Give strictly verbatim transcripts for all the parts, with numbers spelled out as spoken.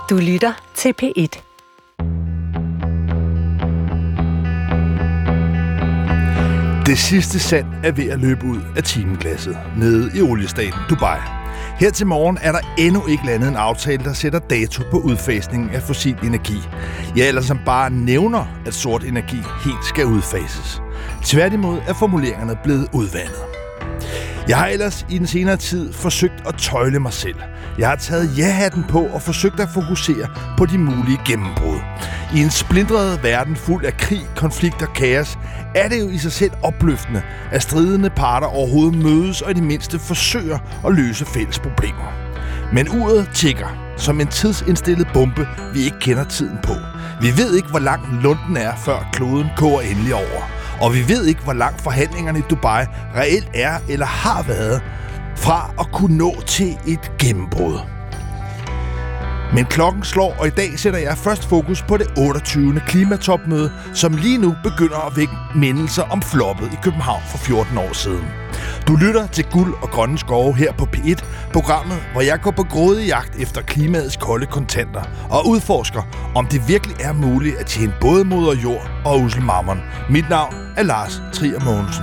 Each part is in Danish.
Du lytter til P et. Det sidste sand er ved at løbe ud af timeglasset nede i oliestaten Dubai. Her til morgen er der endnu ikke landet en aftale, der sætter dato på udfasningen af fossil energi. Ja, eller som bare nævner, at sort energi helt skal udfases. Tværtimod er formuleringerne blevet udvandet. Jeg har ellers i den senere tid forsøgt at tøjle mig selv. Jeg har taget ja-hatten på og forsøgt at fokusere på de mulige gennembrud. I en splintret verden fuld af krig, konflikt og kaos, er det jo i sig selv opløftende, at stridende parter overhovedet mødes og i det mindste forsøger at løse fælles problemer. Men uret tikker som en tidsindstillet bombe, vi ikke kender tiden på. Vi ved ikke, hvor lang lunden er, før kloden koger endelig over. Og vi ved ikke, hvor langt forhandlingerne i Dubai reelt er eller har været fra at kunne nå til et gennembrud. Men klokken slår, og i dag sætter jeg først fokus på det otteogtyvende klimatopmøde, som lige nu begynder at vække mindelser om floppet i København for fjorten år siden. Du lytter til Guld og Grønne Skove her på P et, programmet, hvor jeg går på grådig jagt efter klimaets kolde kontanter og udforsker, om det virkelig er muligt at tjene både moder jord og usel mammon. Mit navn er Lars Trier Mogensen.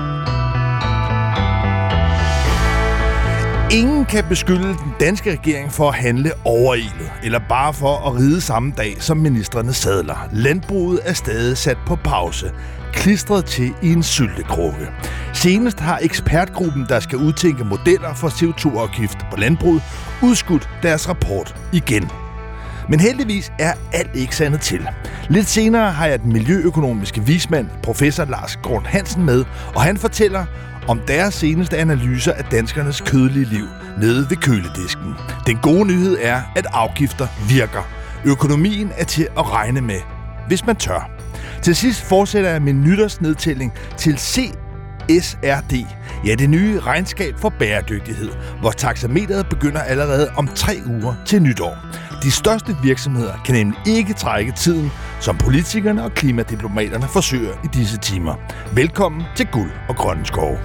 Ingen kan beskylde den danske regering for at handle overilet, eller bare for at ride samme dag, som ministrene sadler. Landbruget er stadig sat på pause, klistret til i en syltekrukke. Senest har ekspertgruppen, der skal udtænke modeller for C O to afgift på landbruget, udskudt deres rapport igen. Men heldigvis er alt ikke sandet til. Lidt senere har jeg den miljøøkonomiske vismand, professor Lars Grund Hansen, med, og han fortæller om deres seneste analyser af danskernes kødelige liv nede ved køledisken. Den gode nyhed er, at afgifter virker. Økonomien er til at regne med, hvis man tør. Til sidst fortsætter jeg min nytårsnedtælling til C S R D. Ja, det nye regnskab for bæredygtighed, hvor taxameteret begynder allerede om tre uger til nytår. De største virksomheder kan nemlig ikke trække tiden, som politikerne og klimadiplomaterne forsøger i disse timer. Velkommen til Guld og Grønne Skove.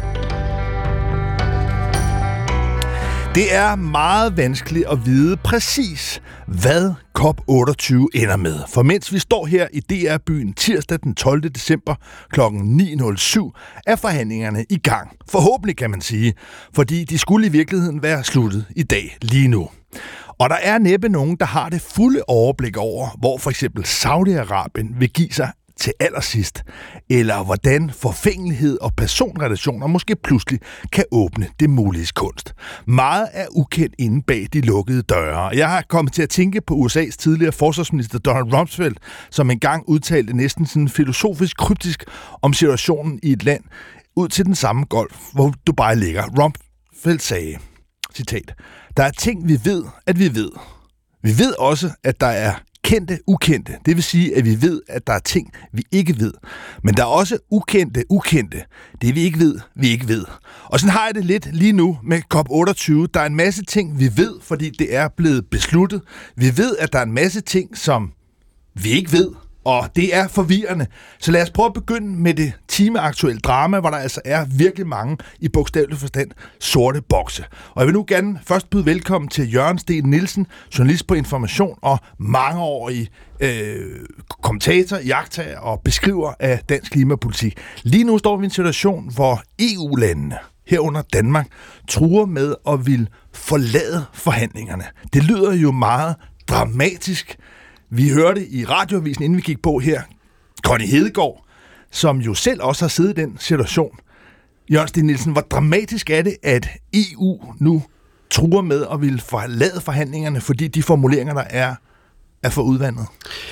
Det er meget vanskeligt at vide præcis, hvad COP otteogtyve ender med. For mens vi står her i D R-byen tirsdag den tolvte december klokken ni nul syv, er forhandlingerne i gang. Forhåbentlig kan man sige, fordi de skulle i virkeligheden være sluttet i dag lige nu. Og der er næppe nogen, der har det fulde overblik over, hvor for eksempel Saudi-Arabien vil give sig til allersidst, eller hvordan forfængelighed og personrelationer måske pludselig kan åbne det muliges kunst. Meget er ukendt inde bag de lukkede døre. Jeg har kommet til at tænke på U S A's tidligere forsvarsminister Donald Rumsfeld, som engang udtalte næsten sådan filosofisk kryptisk om situationen i et land ud til den samme golf, hvor Dubai ligger. Rumsfeld sagde, citat, der er ting, vi ved, at vi ved. Vi ved også, at der er kendte, ukendte. Det vil sige, at vi ved, at der er ting, vi ikke ved. Men der er også ukendte, ukendte. Det vi ikke ved, vi ikke ved. Og sådan har jeg det lidt lige nu med COP otteogtyve. Der er en masse ting, vi ved, fordi det er blevet besluttet. Vi ved, at der er en masse ting, som vi ikke ved. Og det er forvirrende. Så lad os prøve at begynde med det timeaktuelle drama, hvor der altså er virkelig mange i bogstavelig forstand sorte bokse. Og jeg vil nu gerne først byde velkommen til Jørgen Steen Nielsen, journalist på Information og mangeårig øh, kommentator, iagttager og beskriver af dansk klimapolitik. Lige nu står vi i en situation, hvor E U-landene, herunder Danmark, truer med at ville forlade forhandlingerne. Det lyder jo meget dramatisk. Vi hørte i radioavisen, inden vi gik på her, Connie Hedegaard, som jo selv også har siddet i den situation. Jørgen Steen Nielsen, hvor dramatisk er det, at E U nu truer med at ville forlade forhandlingerne, fordi de formuleringer, der er, er for udvandet?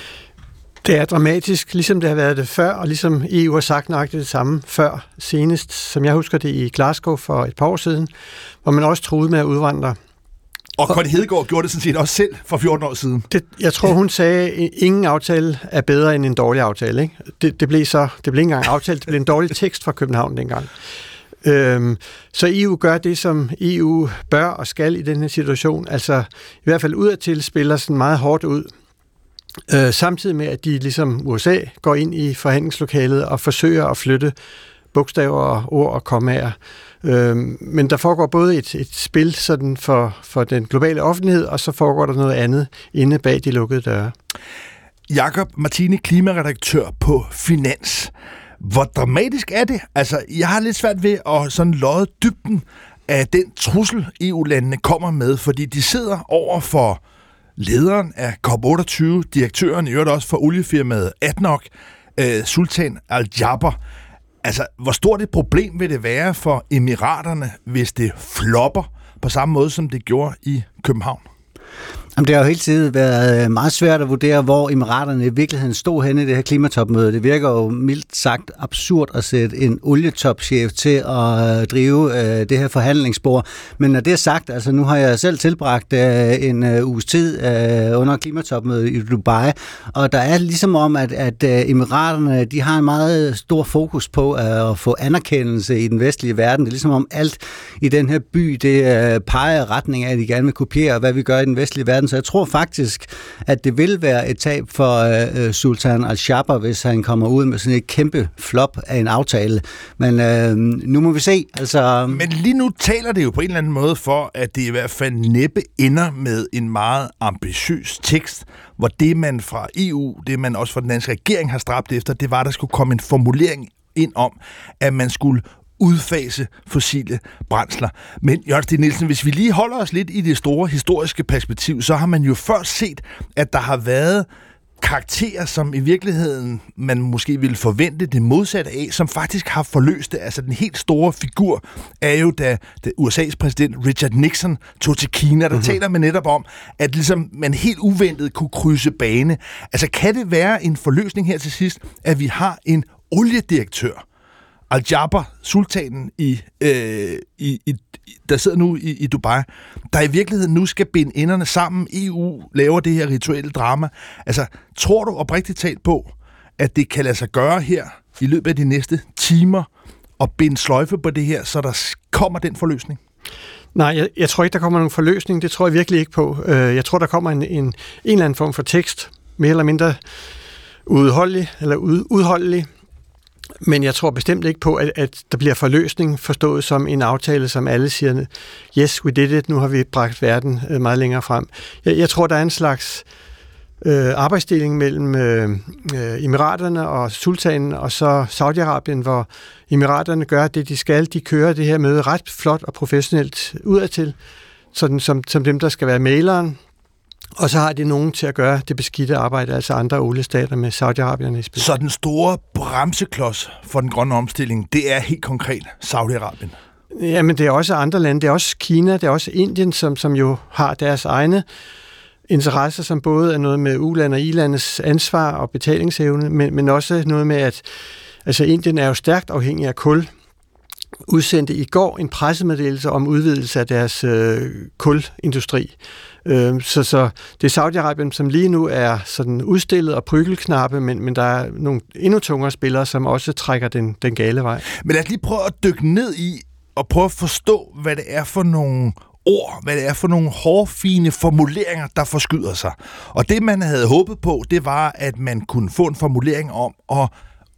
Det er dramatisk, ligesom det har været det før, og ligesom E U har sagt nøjagtigt det samme før, senest, som jeg husker det i Glasgow for et par år siden, hvor man også truede med at udvandre. Og Connie Hedegaard gjorde det sådan set også selv for fjorten år siden. Det, jeg tror, hun sagde, at ingen aftale er bedre end en dårlig aftale. Ikke? Det, det blev så, det blev ikke engang aftalt, det blev en dårlig tekst fra København dengang. Øhm, så E U gør det, som E U bør og skal i den her situation. Altså i hvert fald udadtil spiller sådan meget hårdt ud. Øh, samtidig med, at de ligesom U S A går ind i forhandlingslokalet og forsøger at flytte bogstaver og ord og kommaer. Øhm, men der foregår både et, et spil sådan for, for den globale offentlighed, og så foregår der noget andet inde bag de lukkede døre. Jakob Martini, klimaredaktør på Finans. Hvor dramatisk er det? Altså, jeg har lidt svært ved at sådan lodde dybden af den trussel, E U-landene kommer med, fordi de sidder over for lederen af COP otteogtyve, direktøren i øvrigt også for oliefirmaet A D N O C, øh, Sultan Al-Jaber. Altså, hvor stort et problem vil det være for Emiraterne, hvis det flopper på samme måde, som det gjorde i København? Jamen, det har jo hele tiden været meget svært at vurdere, hvor Emiraterne i virkeligheden stod henne i det her klimatopmøde. Det virker jo mildt sagt absurd at sætte en olietopchef til at drive øh, det her forhandlingsspor. Men når det er sagt, altså nu har jeg selv tilbragt øh, en øh, uges tid øh, under klimatopmødet i Dubai, og der er ligesom om, at, at øh, Emiraterne, de har en meget stor fokus på at få anerkendelse i den vestlige verden. Det er ligesom om alt i den her by, det øh, peger i retning af, at de gerne vil kopiere, hvad vi gør i den vestlige verden. Så jeg tror faktisk, at det vil være et tab for øh, Sultan Al-Jaber, hvis han kommer ud med sådan et kæmpe flop af en aftale. Men øh, nu må vi se. Altså... Men lige nu taler det jo på en eller anden måde for, at det i hvert fald næppe ender med en meget ambitiøs tekst, hvor det man fra E U, det man også fra den danske regering har stræbt efter, det var, at der skulle komme en formulering ind om, at man skulle udfase fossile brændsler. Men Jørgen Steen Nielsen, hvis vi lige holder os lidt i det store historiske perspektiv, så har man jo før set, at der har været karakterer, som i virkeligheden man måske ville forvente det modsatte af, som faktisk har forløst det. Altså den helt store figur er jo, da, da U S A's præsident Richard Nixon tog til Kina, der mm-hmm. taler man netop om, at ligesom man helt uventet kunne krydse bane. Altså kan det være en forløsning her til sidst, at vi har en oliedirektør, Al-Jaber, sultanen, i, øh, i, i, der sidder nu i, i Dubai, der i virkeligheden nu skal binde enderne sammen. E U laver det her rituelle drama. Altså, tror du oprigtigt talt på, at det kan lade sig gøre her i løbet af de næste timer og binde sløjfe på det her, så der kommer den forløsning? Nej, jeg, jeg tror ikke, der kommer nogen forløsning. Det tror jeg virkelig ikke på. Jeg tror, der kommer en, en, en eller anden form for tekst, mere eller mindre udholdelig, eller ud, udholdelig. Men jeg tror bestemt ikke på, at, at der bliver forløsning forstået som en aftale, som alle siger, yes, we did it, nu har vi bragt verden meget længere frem. Jeg, jeg tror, der er en slags øh, arbejdsdeling mellem øh, Emiraterne og Sultanen og så Saudi-Arabien, hvor Emiraterne gør det, de skal. De kører det her møde ret flot og professionelt udadtil, sådan som, som dem, der skal være mæleren. Og så har de nogen til at gøre det beskidte arbejde, altså andre oliestater med Saudi-Arabien i spil. Så den store bremseklods for den grønne omstilling, det er helt konkret Saudi-Arabien? Jamen, det er også andre lande. Det er også Kina, det er også Indien, som, som jo har deres egne interesser, som både er noget med u-land og i-landets ansvar og betalingsevne, men, men også noget med, at altså Indien er jo stærkt afhængig af kul. Udsendte i går en pressemeddelelse om udvidelse af deres øh, kulindustri. Øh, så, så det er Saudi-Arabien, som lige nu er sådan udstillet og prygelknappe, men, men der er nogle endnu tungere spillere, som også trækker den, den gale vej. Men lad os lige prøve at dykke ned i og prøve at forstå, hvad det er for nogle ord, hvad det er for nogle hårfine formuleringer, der forskyder sig. Og det, man havde håbet på, det var, at man kunne få en formulering om at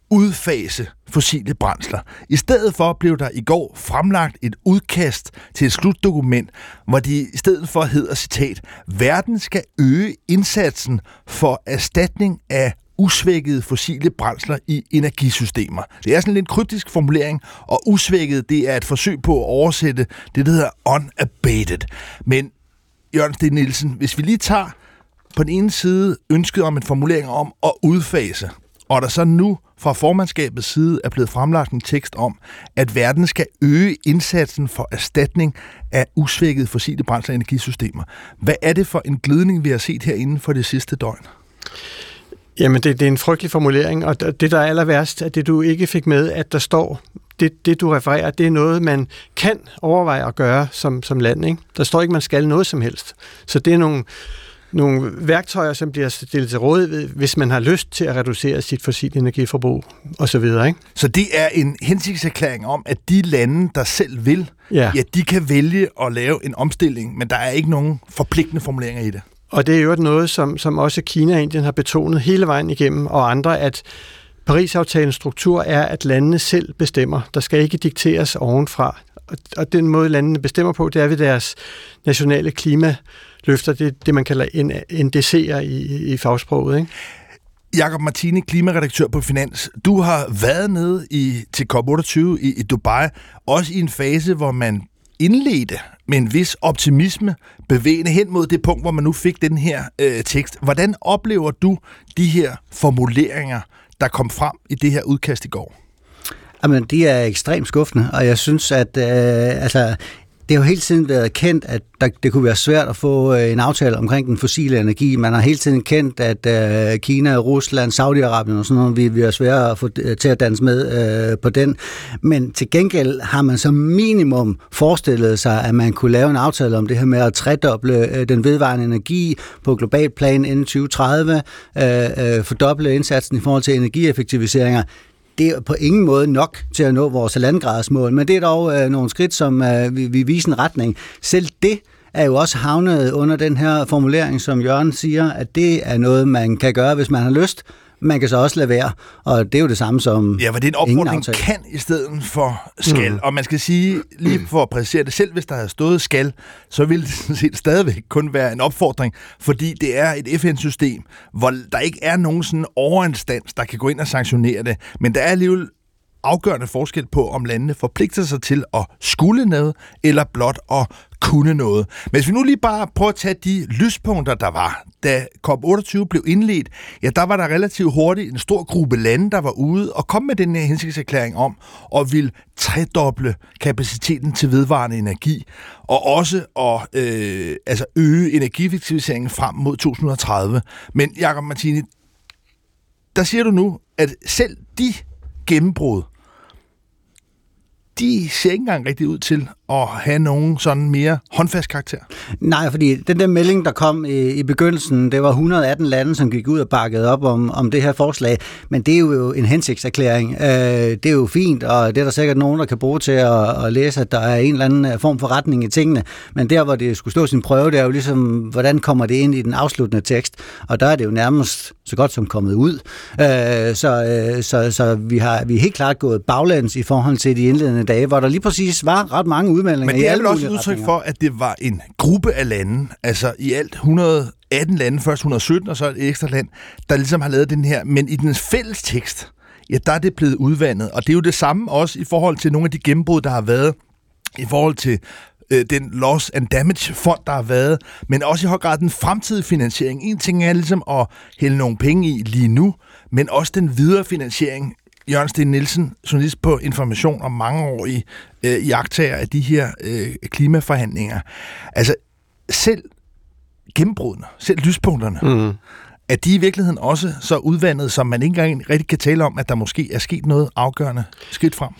udfase fossile brændsler. I stedet for blev der i går fremlagt et udkast til et slutdokument, hvor de i stedet for hedder, citat, verden skal øge indsatsen for erstatning af usvækkede fossile brændsler i energisystemer. Det er sådan en lidt kryptisk formulering, og usvækket, det er et forsøg på at oversætte det, der hedder unabated. Men Jørgen Steen Nielsen, hvis vi lige tager på den ene side ønsket om en formulering om at udfase, og der så nu fra formandskabets side er blevet fremlagt en tekst om, at verden skal øge indsatsen for erstatning af usvækkede fossile brændsler og energisystemer. Hvad er det for en glidning, vi har set her inden for det sidste døgn? Jamen, det, det er en frygtelig formulering, og det, der er aller værst, er det, du ikke fik med, at der står, det, det du refererer, det er noget, man kan overveje at gøre som, som land, ikke? Der står ikke, man skal noget som helst. Så det er nogle nogle værktøjer, som bliver stillet til rådighed, hvis man har lyst til at reducere sit fossilt energiforbrug osv. Ikke? Så det er en hensigtserklæring om, at de lande, der selv vil, ja. Ja, de kan vælge at lave en omstilling, men der er ikke nogen forpligtende formuleringer i det. Og det er jo noget, som, som også Kina og Indien har betonet hele vejen igennem, og andre, at Paris-aftalens struktur er, at landene selv bestemmer. Der skal ikke dikteres ovenfra. Og den måde, landene bestemmer på, det er ved deres nationale klimaløfter. Det er det, man kalder N D C'er i, i fagsproget, ikke? Jakob Martini, klimaredaktør på Finans. Du har været nede i, til COP otteogtyve i, i Dubai, også i en fase, hvor man indledte med en vis optimisme, bevægende hen mod det punkt, hvor man nu fik den her øh, tekst. Hvordan oplever du de her formuleringer, der kom frem i det her udkast i går? Jamen, de er ekstremt skuffende, og jeg synes, at øh, altså, det har jo hele tiden været kendt, at der, det kunne være svært at få øh, en aftale omkring den fossile energi. Man har hele tiden kendt, at øh, Kina, Rusland, Saudi-Arabien og sådan noget, vi, vi er svære at få øh, til at danse med øh, på den. Men til gengæld har man som minimum forestillet sig, at man kunne lave en aftale om det her med at tredoble øh, den vedvarende energi på global plan inden tyve tredive, øh, øh, fordoble indsatsen i forhold til energieffektiviseringer. Det er på ingen måde nok til at nå vores halvandengradsmål, men det er dog øh, nogle skridt, som øh, vi, vi viser en retning. Selv det er jo også havnet under den her formulering, som Jørgen siger, at det er noget, man kan gøre, hvis man har lyst. Man kan så også lade være, og det er jo det samme som ja, men det er en opfordring kan i stedet for skal. Mm. Og man skal sige, lige for at præcisere det selv, hvis der havde stået skal, så ville det sådan set stadigvæk kun være en opfordring, fordi det er et F N-system, hvor der ikke er nogen sådan overinstans, der kan gå ind og sanktionere det. Men der er alligevel afgørende forskel på, om landene forpligter sig til at skulle noget, eller blot at kunne noget. Men hvis vi nu lige bare prøver at tage de lyspunkter, der var, da COP otteogtyve blev indledt, ja, der var der relativt hurtigt en stor gruppe lande, der var ude og kom med den her hensigtserklæring om at ville tredoble kapaciteten til vedvarende energi, og også at øh, altså øge energieffektiviseringen frem mod to tusind og tredive. Men Jakob Martini, der siger du nu, at selv de gennembrud, de ser ikke engang rigtig ud til at have nogen sådan mere håndfast karakter. Nej, fordi den der melding, der kom i, i begyndelsen, det var et hundrede og atten lande, som gik ud og bakkede op om, om det her forslag, men det er jo en hensigtserklæring. Øh, det er jo fint, og det er der sikkert nogen, der kan bruge til at, at læse, at der er en eller anden form for retning i tingene, men der, hvor det skulle stå sin prøve, det er jo ligesom, hvordan kommer det ind i den afsluttende tekst, og der er det jo nærmest så godt som kommet ud. Øh, så, øh, så, så vi har vi er helt klart gået baglæns i forhold til de indledende dage, hvor der lige præcis var ret mange udmeldinger. Men det er vel også et udtryk for, at det var en gruppe af lande, altså i alt et hundrede og atten lande, først et hundrede og sytten, og så et ekstra land, der ligesom har lavet den her, men i den fælles tekst, ja, der er det blevet udvandet, og det er jo det samme også i forhold til nogle af de gennembrud, der har været, i forhold til øh, den loss and damage fond, der har været, men også i høj grad den fremtidige finansiering. En ting er ligesom at hælde nogle penge i lige nu, men også den videre finansiering. Jørgen Steen Nielsen, journalist på Information og mangeårig øh, iagttager af de her øh, klimaforhandlinger. Altså, selv gennembrudene, selv lyspunkterne, mm. er de i virkeligheden også så udvandet, som man ikke engang rigtig kan tale om, at der måske er sket noget afgørende skridt frem?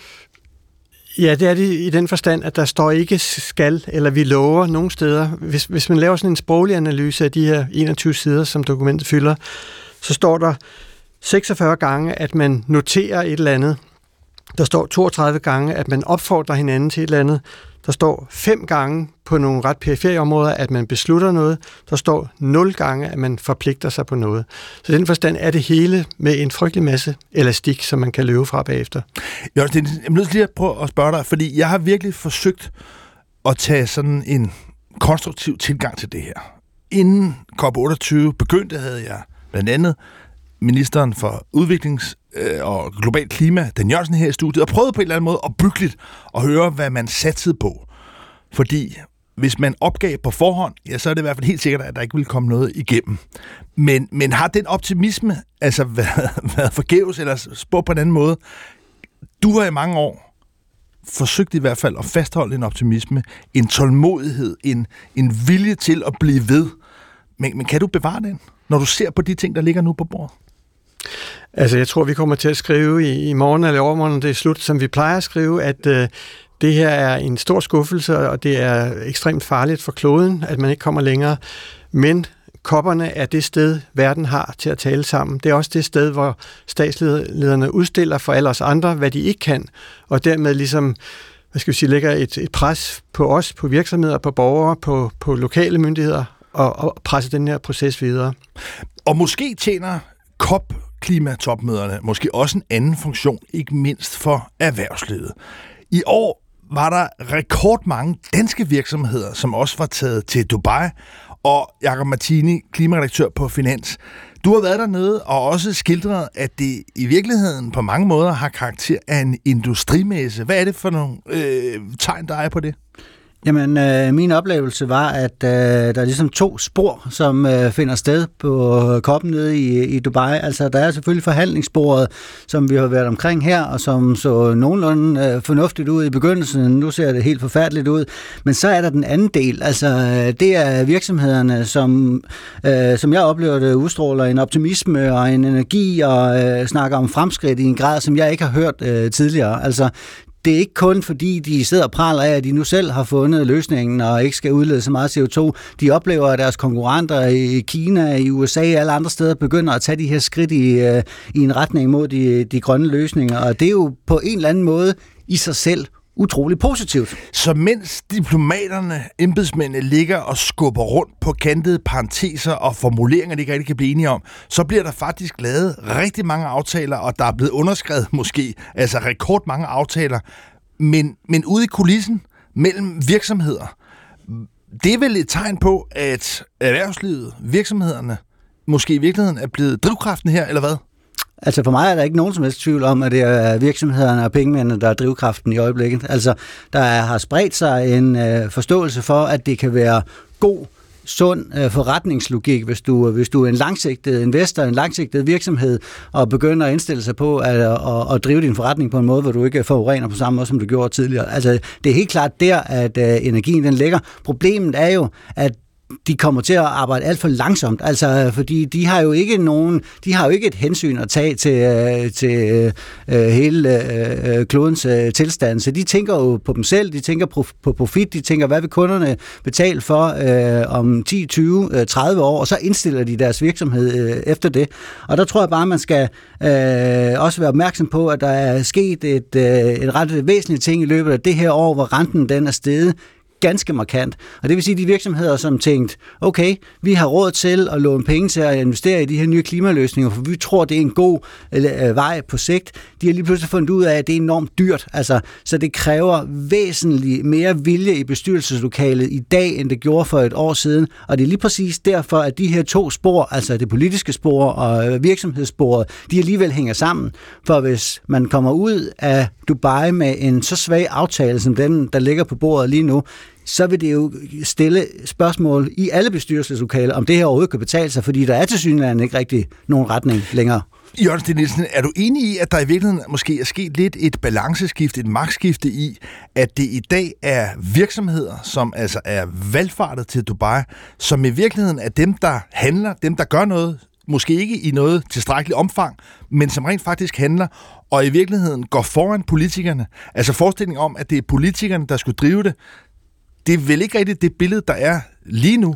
Ja, det er det i den forstand, at der står ikke skal, eller vi lover nogen steder. Hvis, hvis man laver sådan en sproglig analyse af de her enogtyve sider, som dokumentet fylder, så står der seksogfyrre gange, at man noterer et eller andet. Der står toogtredive gange, at man opfordrer hinanden til et eller andet. Der står fem gange på nogle ret perifere områder, at man beslutter noget. Der står nul gange, at man forpligter sig på noget. Så i den forstand er det hele med en frygtelig masse elastik, som man kan løbe fra bagefter. Jeg er nødt til lige at prøve at spørge dig, fordi jeg har virkelig forsøgt at tage sådan en konstruktiv tilgang til det her. Inden COP otteogtyve begyndte, havde jeg blandt andet ministeren for udviklings- og global klima, Dan Jørgensen, her i studiet, og prøvede på en eller anden måde at byggeligt at høre, hvad man satsede på. Fordi hvis man opgav på forhånd, ja, så er det i hvert fald helt sikkert, at der ikke vil komme noget igennem. Men, men har den optimisme altså været, været forgæves, eller spurgt på en anden måde? Du har i mange år forsøgt i hvert fald at fastholde en optimisme, en tålmodighed, en, en vilje til at blive ved. Men, men kan du bevare den, når du ser på de ting, der ligger nu på bordet? Altså, jeg tror, vi kommer til at skrive i, i morgen eller overmorgen, når det er slut, som vi plejer at skrive, at øh, det her er en stor skuffelse, og det er ekstremt farligt for kloden, at man ikke kommer længere. Men kopperne er det sted, verden har til at tale sammen. Det er også det sted, hvor statslederne udstiller for alle os andre, hvad de ikke kan, og dermed ligesom, hvad skal vi sige, lægger et, et pres på os, på virksomheder, på borgere, på, på lokale myndigheder, og, og presse den her proces videre. Og måske tjener COP klimatopmøderne måske også en anden funktion, ikke mindst for erhvervslivet. I år var der rekordmange danske virksomheder, som også var taget til Dubai, og Jakob Martini, klimaredaktør på Finans. Du har været dernede og også skildret, at det i virkeligheden på mange måder har karakter af en industrimesse. Hvad er det for nogle øh, tegn, der er på det? Jamen, øh, min oplevelse var, at øh, der er ligesom to spor, som øh, finder sted på koppen nede i, i Dubai. Altså, der er selvfølgelig forhandlingssporet, som vi har været omkring her, og som så nogenlunde øh, fornuftigt ud i begyndelsen. Nu ser det helt forfærdeligt ud. Men så er der den anden del. Altså, det er virksomhederne, som, øh, som jeg oplever det, udstråler en optimisme og en energi og øh, snakker om fremskridt i en grad, som jeg ikke har hørt øh, tidligere. Altså, det er ikke kun fordi, de sidder og praler af, at de nu selv har fundet løsningen og ikke skal udlede så meget C O to. De oplever, at deres konkurrenter i Kina, i U S A og alle andre steder begynder at tage de her skridt i, i en retning mod de, de grønne løsninger. Og det er jo på en eller anden måde i sig selv utrolig positivt. Så mens diplomaterne, embedsmændene ligger og skubber rundt på kantede parenteser og formuleringer, de ikke rigtig kan blive enige om, så bliver der faktisk lavet rigtig mange aftaler, og der er blevet underskrevet måske, altså rekordmange aftaler, men, men ude i kulissen mellem virksomheder. Det er vel et tegn på, at erhvervslivet, virksomhederne, måske i virkeligheden er blevet drivkraften her, eller hvad? Altså for mig er der ikke nogen som helst tvivl om, at det er virksomhederne og pengemændene, der er drivkraften i øjeblikket. Altså der har spredt sig en øh, forståelse for, at det kan være god, sund øh, forretningslogik, hvis du, hvis du er en langsigtet investor, en langsigtet virksomhed, og begynder at indstille sig på at, at, at drive din forretning på en måde, hvor du ikke forurener på samme måde, som du gjorde tidligere. Altså det er helt klart der, at øh, energien den ligger. Problemet er jo, at de kommer til at arbejde alt for langsomt, altså fordi de har jo ikke nogen, de har jo ikke et hensyn at tage til, til uh, hele uh, klodens uh, tilstand, så de tænker jo på dem selv, de tænker på, på profit, de tænker, hvad vil kunderne betale for uh, om ti, tyve, tredive år, og så indstiller de deres virksomhed uh, efter det. Og der tror jeg bare, man skal uh, også være opmærksom på, at der er sket et, uh, en ret væsentlig ting i løbet af det her år, hvor renten den er steget ganske markant. Og det vil sige, at de virksomheder, som tænkt, okay, vi har råd til at låne penge til at investere i de her nye klimaløsninger, for vi tror, det er en god øh, vej på sigt. De har lige pludselig fundet ud af, at det er enormt dyrt. Altså, så det kræver væsentligt mere vilje i bestyrelseslokalet i dag, end det gjorde for et år siden. Og det er lige præcis derfor, at de her to spor, altså det politiske spor og virksomhedssporet, de alligevel hænger sammen. For hvis man kommer ud af Dubai med en så svag aftale, som den, der ligger på bordet lige nu, så vil det jo stille spørgsmål i alle bestyrelseslokaler, om det her overhovedet kan betale sig, fordi der er tilsyneladende ikke rigtig nogen retning længere. Jørgen Steen Nielsen, er du enig i, at der i virkeligheden måske er sket lidt et balanceskift, et magtskifte i, at det i dag er virksomheder, som altså er valgfartet til Dubai, som i virkeligheden er dem, der handler, dem, der gør noget, måske ikke i noget tilstrækkeligt omfang, men som rent faktisk handler, og i virkeligheden går foran politikerne. Altså forestillingen om, at det er politikerne, der skulle drive det, det er vel ikke rigtigt det billede, der er lige nu?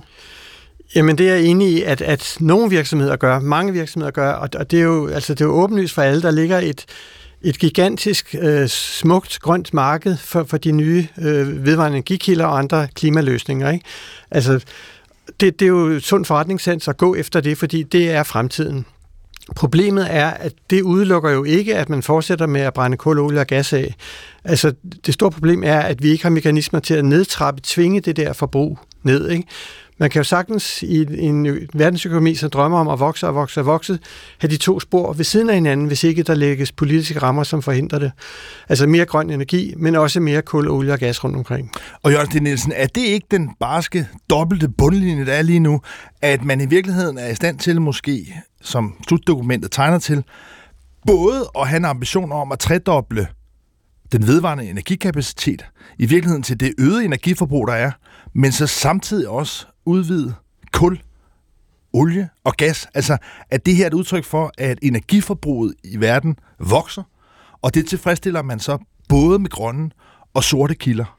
Jamen det er jeg enig i, at, at nogle virksomheder gør, mange virksomheder gør, og det er jo, altså, det er jo åbenlyst for alle, der ligger et, et gigantisk, øh, smukt, grønt marked for, for de nye øh, vedvarende energikilder og andre klimaløsninger. Ikke? Altså, det, det er jo sund forretningssans at gå efter det, fordi det er fremtiden. Problemet er, at det udelukker jo ikke, at man fortsætter med at brænde kul, olie og gas af. Altså, det store problem er, at vi ikke har mekanismer til at nedtrappe, tvinge det der forbrug ned, ikke? Man kan jo sagtens i en verdensøkonomi, som drømmer om at vokse og vokse og vokse, have de to spor ved siden af hinanden, hvis ikke der lægges politiske rammer, som forhindrer det. Altså mere grøn energi, men også mere kul, olie og gas rundt omkring. Og Jørgen Steen Nielsen, er det ikke den barske, dobbelte bundlinje, der er lige nu, at man i virkeligheden er i stand til måske, som slutdokumentet tegner til, både at have en ambition om at tredoble den vedvarende energikapacitet, i virkeligheden til det øgede energiforbrug, der er, men så samtidig også udvide kul, olie og gas. Altså, at det her er et udtryk for, at energiforbruget i verden vokser, og det tilfredsstiller man så både med grønne og sorte kilder.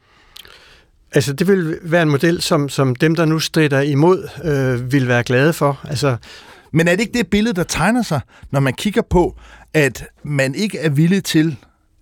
Altså, det vil være en model, som, som dem, der nu stritter imod, øh, vil være glade for. Altså, men er det ikke det billede, der tegner sig, når man kigger på, at man ikke er villig til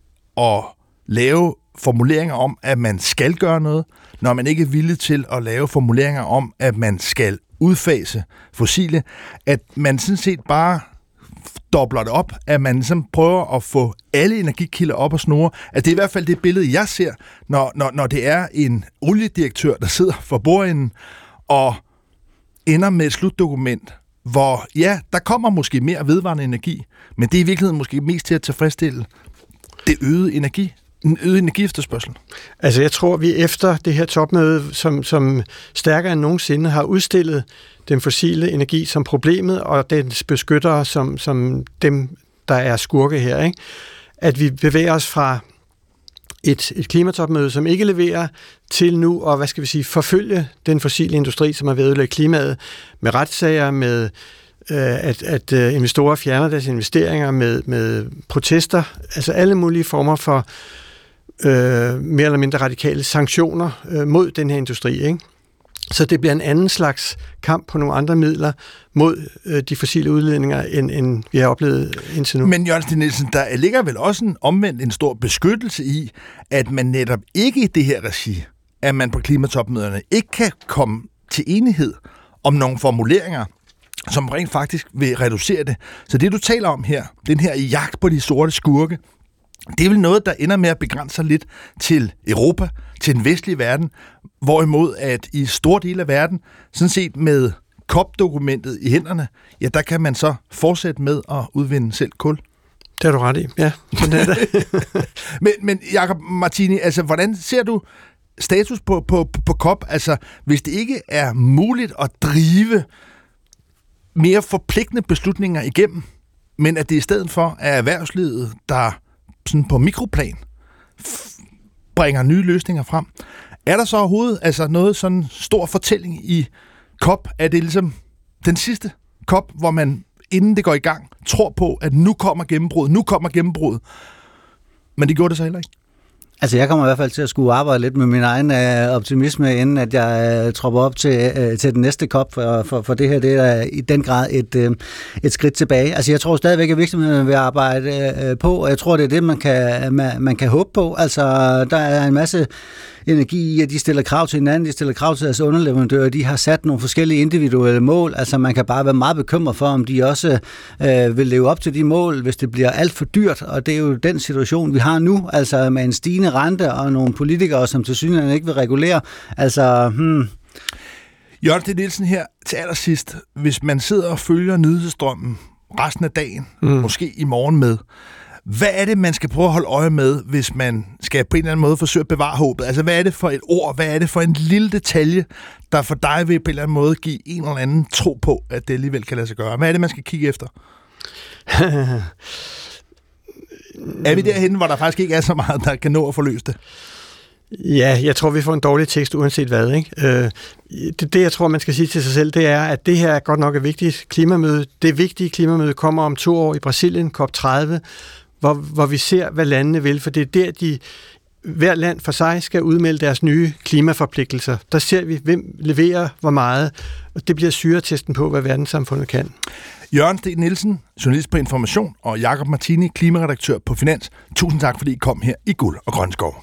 at lave formuleringer om, at man skal gøre noget, når man ikke er villig til at lave formuleringer om, at man skal udfase fossile, at man sådan set bare dobler det op, at man ligesom prøver at få alle energikilder op og snurre. Altså, det er i hvert fald det billede, jeg ser, når, når, når det er en oliedirektør, der sidder for bordenden og ender med et slutdokument, hvor ja, der kommer måske mere vedvarende energi, men det er i virkeligheden måske mest til at tilfredsstille det øgede energi, en øget energiefterspørgsel. Altså, jeg tror, vi efter det her topmøde, som, som stærkere end nogensinde har udstillet den fossile energi som problemet, og dens beskyttere som, som dem, der er skurke her, ikke? At vi bevæger os fra et, et klimatopmøde, som ikke leverer, til nu og hvad skal vi sige, forfølge den fossile industri, som har været ødelægge klimaet med retssager, med øh, at, at øh, investorer fjerner deres investeringer, med, med protester, altså alle mulige former for øh, mere eller mindre radikale sanktioner øh, mod den her industri, ikke? Så det bliver en anden slags kamp på nogle andre midler mod øh, de fossile udledninger, end, end vi har oplevet indtil nu. Men Jørgen Stig Nielsen, der ligger vel også en omvendt en stor beskyttelse i, at man netop ikke i det her regi, at man på klimatopmøderne ikke kan komme til enighed om nogle formuleringer, som rent faktisk vil reducere det. Så det, du taler om her, den her jagt på de sorte skurke, det er vel noget, der ender med at begrænse sig lidt til Europa, til den vestlige verden, hvorimod at i store dele af verden, sådan set med C O P-dokumentet i hænderne, ja, der kan man så fortsætte med at udvinde selv kul. Det har du ret i, ja. Sådan er det. men, men Jakob Martini, altså, hvordan ser du status på, på, på C O P? Altså, hvis det ikke er muligt at drive mere forpligtende beslutninger igennem, men at det i stedet for er erhvervslivet, der sådan på mikroplan f- bringer nye løsninger frem. Er der så overhovedet altså noget sådan stor fortælling i C O P? Er det ligesom den sidste C O P, hvor man, inden det går i gang, tror på, at nu kommer gennembrud, nu kommer gennembrud, men det gjorde det så heller ikke? Altså, jeg kommer i hvert fald til at skulle arbejde lidt med min egen øh, optimisme, inden at jeg øh, tropper op til, øh, til den næste C O P, for, for, for det her, det er i den grad et, øh, et skridt tilbage. Altså, jeg tror stadigvæk, at virksomhederne vil arbejde øh, på, og jeg tror, det er det, man kan, man, man kan håbe på. Altså, der er en masse energi i, at de stiller krav til hinanden, de stiller krav til deres underleverandører, de har sat nogle forskellige individuelle mål, altså man kan bare være meget bekymret for, om de også øh, vil leve op til de mål, hvis det bliver alt for dyrt, og det er jo den situation, vi har nu, altså med en stigende rente og nogle politikere, som til synligheden ikke vil regulere, altså... Hmm. Jørgen Stig Nielsen her til allersidst, hvis man sidder og følger nyhedsstrømmen resten af dagen, mm. måske i morgen med, hvad er det, man skal prøve at holde øje med, hvis man skal på en eller anden måde forsøge at bevare håbet? Altså, hvad er det for et ord? Hvad er det for en lille detalje, der for dig vil på en eller anden måde give en eller anden tro på, at det alligevel kan lade sig gøre? Hvad er det, man skal kigge efter? Er vi derhenne, hvor der faktisk ikke er så meget, der kan nå at forløse det? Ja, jeg tror, vi får en dårlig tekst, uanset hvad, ikke? Øh, det, det, jeg tror, man skal sige til sig selv, det er, at det her er godt nok et vigtigt klimamøde. Det vigtige klimamøde kommer om to år i Brasilien, C O P tredive, hvor, hvor vi ser, hvad landene vil, for det er der, de hver land for sig skal udmelde deres nye klimaforpligtelser. Der ser vi, hvem leverer hvor meget, og det bliver syretesten på, hvad verdenssamfundet kan. Jørgen Stig Nielsen, journalist på Information, og Jakob Martini, klimaredaktør på Finans. Tusind tak, fordi I kom her i Guld og Grøn Skov.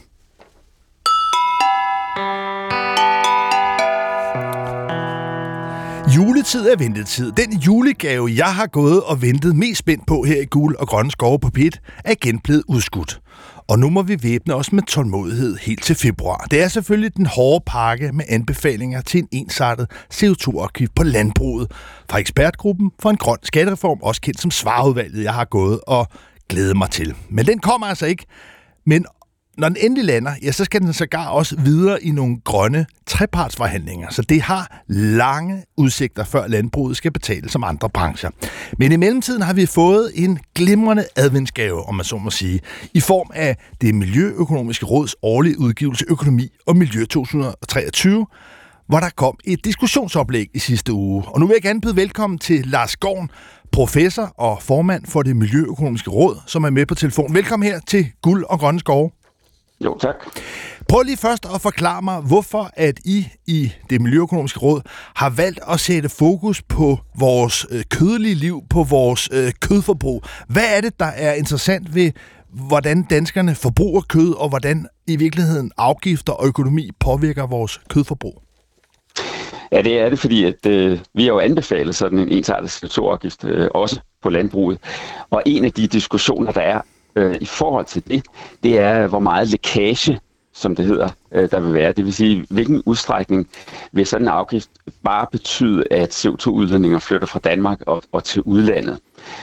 Juletid er ventetid. Den julegave, jeg har gået og ventet mest spændt på her i Guld og Grønne Skove på P et, er igen blevet udskudt. Og nu må vi væbne os med tålmodighed helt til februar. Det er selvfølgelig den hårde pakke med anbefalinger til en ensartet C O to afgift på landbruget fra ekspertgruppen for en grøn skattereform, også kendt som Svarerudvalget, jeg har gået og glædet mig til. Men den kommer altså ikke. Men når den endelig lander, ja, så skal den sågar også videre i nogle grønne trepartsforhandlinger. Så det har lange udsigter, før landbruget skal betale som andre brancher. Men i mellemtiden har vi fået en glimrende adventsgave, om man så må sige, i form af det Miljøøkonomiske Råds årlige udgivelse Økonomi og Miljø to tusind og treogtyve, hvor der kom et diskussionsoplæg i sidste uge. Og nu vil jeg gerne byde velkommen til Lars Gorn, professor og formand for det Miljøøkonomiske Råd, som er med på telefon. Velkommen her til Guld og Grønne Skove. Jo, tak. Prøv lige først at forklare mig, hvorfor at I i det Miljøøkonomiske Råd har valgt at sætte fokus på vores øh, kødelige liv, på vores øh, kødforbrug. Hvad er det, der er interessant ved, hvordan danskerne forbruger kød, og hvordan i virkeligheden afgifter og økonomi påvirker vores kødforbrug? Ja, det er det, fordi at, øh, vi har jo anbefalet sådan en ensartet C O to afgift øh, også på landbruget. Og en af de diskussioner, der er øh, i forhold til det, det er, hvor meget lækage, som det hedder, øh, der vil være. Det vil sige, hvilken udstrækning vil sådan en afgift bare betyde, at C O to udledninger flytter fra Danmark og, og til udlandet.